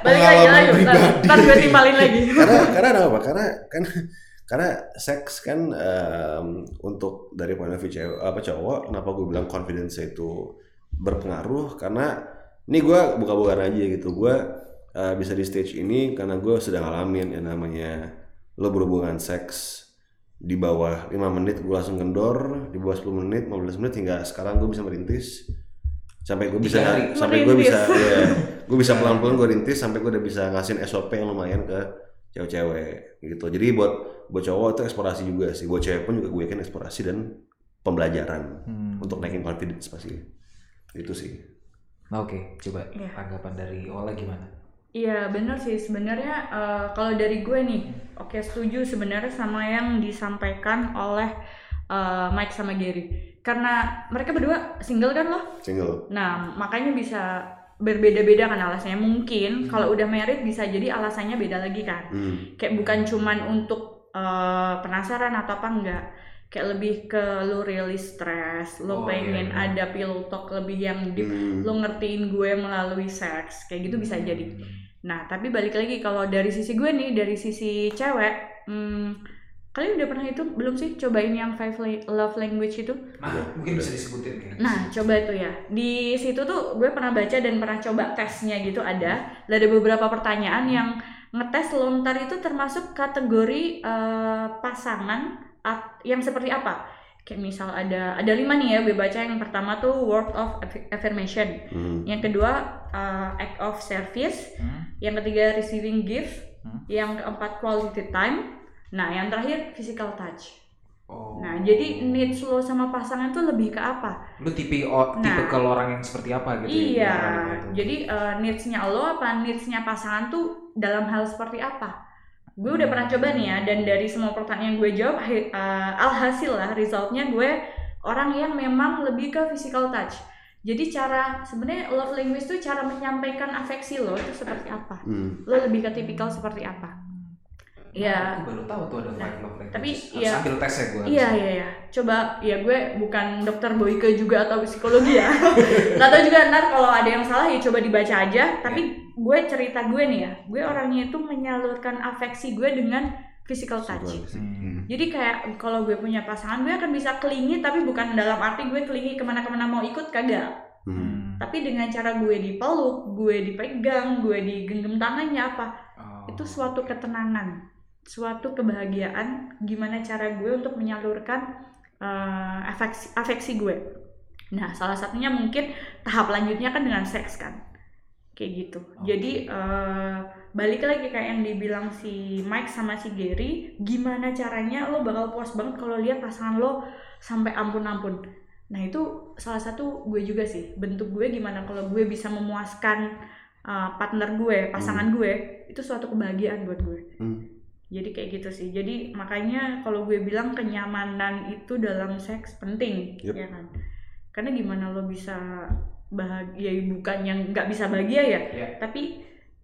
Balik lagi, Pengalaman lanjut. pribadi. Ntar gue timpalin lagi. karena karena apa? Karena kan karena seks kan um, untuk dari point of view cewek apa cowok, kenapa gue bilang confidence itu berpengaruh? Karena ini gue buka-bukaan aja gitu, gue uh, bisa di stage ini karena gue sudah ngalamin yang namanya lo berhubungan seks di bawah lima menit gue langsung kendor, di bawah sepuluh menit, lima belas menit, hingga sekarang gue bisa merintis sampai gue bisa Dicari. sampai gue Merintis. bisa ya gue bisa pelan-pelan gue rintis sampai gue udah bisa ngasihin S O P yang lumayan ke cewek-cewek gitu. Jadi buat buat cowok itu eksplorasi juga sih, buat cewek pun juga gue yakin eksplorasi dan pembelajaran Hmm. untuk naikin confidence pasti itu sih. Nah, oke, coba Iya. tanggapan dari Ola gimana? Iya bener sih sebenarnya eh, kalau dari gue nih, oke setuju sebenarnya sama yang disampaikan oleh eh, Mike sama Gary. Karena mereka berdua single kan loh. Single. Nah, makanya bisa berbeda-beda kan alasannya. Mungkin kalau udah married bisa jadi alasannya beda lagi kan. Hmm. Kayak bukan cuman untuk uh, penasaran atau apa enggak. Kayak lebih ke lu really stress, lu Oh, pengen iya, iya. ada pillow talk lebih yang deep, Hmm. lu ngertiin gue melalui seks. Kayak gitu bisa jadi. Nah, tapi balik lagi kalau dari sisi gue nih, dari sisi cewek, hmm, kalian udah pernah itu belum sih cobain yang five la- love language itu? Nah, mungkin bisa disebutin kayak. Nah, coba itu ya. Di situ tuh gue pernah baca dan pernah coba tesnya gitu ada. Ada beberapa pertanyaan yang ngetes lontar itu termasuk kategori eh, pasangan at- yang seperti apa. Kayak misal ada ada lima nih ya gue baca. Yang pertama tuh word of aff- affirmation. Hmm. Yang kedua eh, act of service. Hmm? Yang ketiga receiving gift. Hmm? Yang keempat quality time. Nah, yang terakhir physical touch. Oh. Nah, jadi needs lo sama pasangan tuh lebih ke apa? Lu tipe o, tipe Nah. kalau orang yang seperti apa gitu Iya, ya? Gitu. jadi uh, needs-nya lo apa needs-nya pasangan tuh dalam hal seperti apa? Gue udah pernah coba nih ya, dan dari semua pertanyaan yang gue jawab, hi- uh, alhasil lah resultnya gue orang yang memang lebih ke physical touch. Jadi cara sebenarnya love language tuh cara menyampaikan afeksi lo itu seperti apa? Hmm. Lo lebih ke tipikal seperti apa? Iya. Aku baru tahu tuh ada five love language. tapi Harus iya. ambil tes ya gue. Iya iya iya. Coba ya gue bukan dokter Boyke juga atau psikologi ya. Gak tau juga ntar kalau ada yang salah ya coba dibaca aja. Tapi gue cerita gue nih ya. Gue orangnya itu menyalurkan afeksi gue dengan physical touch. Hmm. Jadi kayak kalau gue punya pasangan gue akan bisa kelingi tapi bukan dalam arti gue kelingi kemana-kemana mau ikut kagak. Hmm. Tapi dengan cara gue dipeluk, gue dipegang, gue digenggam tangannya apa. Oh. Itu suatu ketenangan, suatu kebahagiaan, gimana cara gue untuk menyalurkan uh, afeksi, afeksi gue. Nah, salah satunya mungkin tahap lanjutnya kan dengan seks kan, kayak gitu. Oh. Jadi uh, balik lagi kayak yang dibilang si Mike sama si Gary, gimana caranya lo bakal puas banget kalau lihat pasangan lo sampai ampun-ampun. Nah itu salah satu gue juga sih, bentuk gue gimana kalau gue bisa memuaskan uh, partner gue, pasangan gue, itu suatu kebahagiaan buat gue. Hmm. Jadi kayak gitu sih. Jadi makanya kalau gue bilang kenyamanan itu dalam seks penting, Yep. ya kan? Karena gimana lo bisa bahagia, bukan yang nggak bisa bahagia ya, Ya. tapi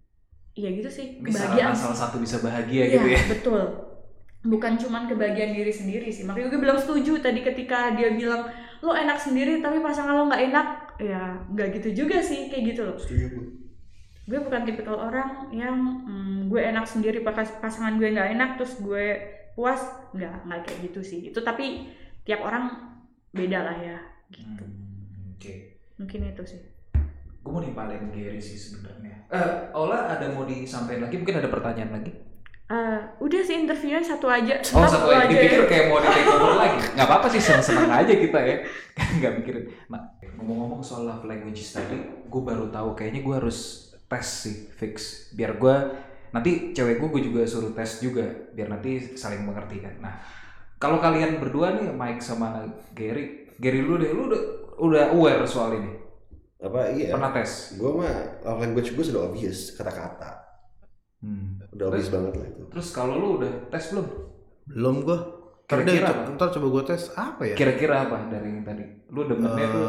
ya gitu sih, Bisa kebahagiaan. salah satu bisa bahagia Iya, gitu ya. betul. Bukan cuman kebahagiaan diri sendiri sih. Makanya gue bilang setuju tadi ketika dia bilang lo enak sendiri tapi pasangan lo nggak enak. Ya nggak gitu juga sih, kayak gitu loh. Setuju gue. Gue bukan tipikal orang yang hmm, gue enak sendiri pas pasangan gue nggak enak terus gue puas. Nggak, nggak kayak gitu sih. Itu tapi tiap orang beda lah ya. Gitu. Hmm, Oke. Mungkin itu sih. Gue mau nimpalin Gary sih sebenarnya. Eh, Ola ada mau disampaikan lagi? Mungkin ada pertanyaan lagi? Eh, udah sih interviewnya satu aja. Oh Ntar satu lo aja, aja dipikir ya. kayak mau di take over lagi. Gak apa-apa sih, seneng-seneng aja kita ya. Gak mikirin. Nah, ngomong-ngomong soal love languages tadi, gue baru tahu kayaknya gue harus tes sih, fix. Biar gue, nanti cewek gue gue juga suruh tes juga, biar nanti saling mengerti kan. Nah, kalau kalian berdua nih, Mike sama Gary, Gary lu deh, lu udah, udah aware soal ini? Apa iya? Pernah tes? Gue mah love language gue sudah obvious, kata-kata. Hmm. Udah obvious banget lah itu. Terus kalau lu udah tes belum? Belum gue. Ntar deh, Kira-kira co- apa? ntar coba gue tes apa ya? Kira-kira apa dari yang tadi? Lu demennya tuh?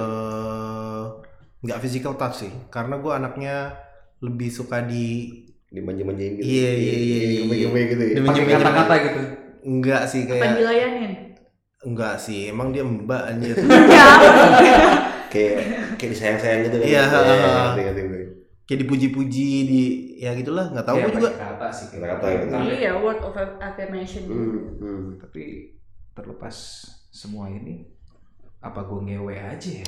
Eh, nggak physical touch sih, karena gue anaknya lebih suka di Dimanja-manjain gitu. Iya, iya, iya, iya. Dimanja-manjain gitu ya. Dimanja- Pakai Manja-manja. kata-kata gitu? enggak sih Apa kayak dilayanin? enggak sih, emang dia mbak anjir. Ya. Kayak kayak disayang-sayang gitu kan. Iya, Iya, ha, ha, ha. ngerti, ngerti gue. kayak dipuji-puji di ya gitulah, nggak tahu Ya, gue juga. pakai kata sih kayak Kata-kata gitu. gitu. Tapi- Iya, word of affirmation. Hmm, hmm. Tapi terlepas semua ini, apa gue ngewe aja ya?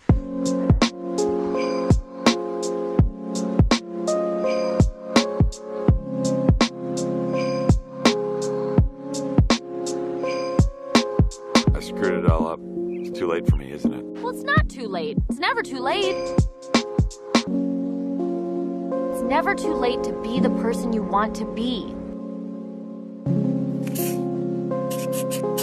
I screwed it all up. It's too late for me, isn't it? Well, it's not too late. It's never too late. It's never too late to be the person you want to be.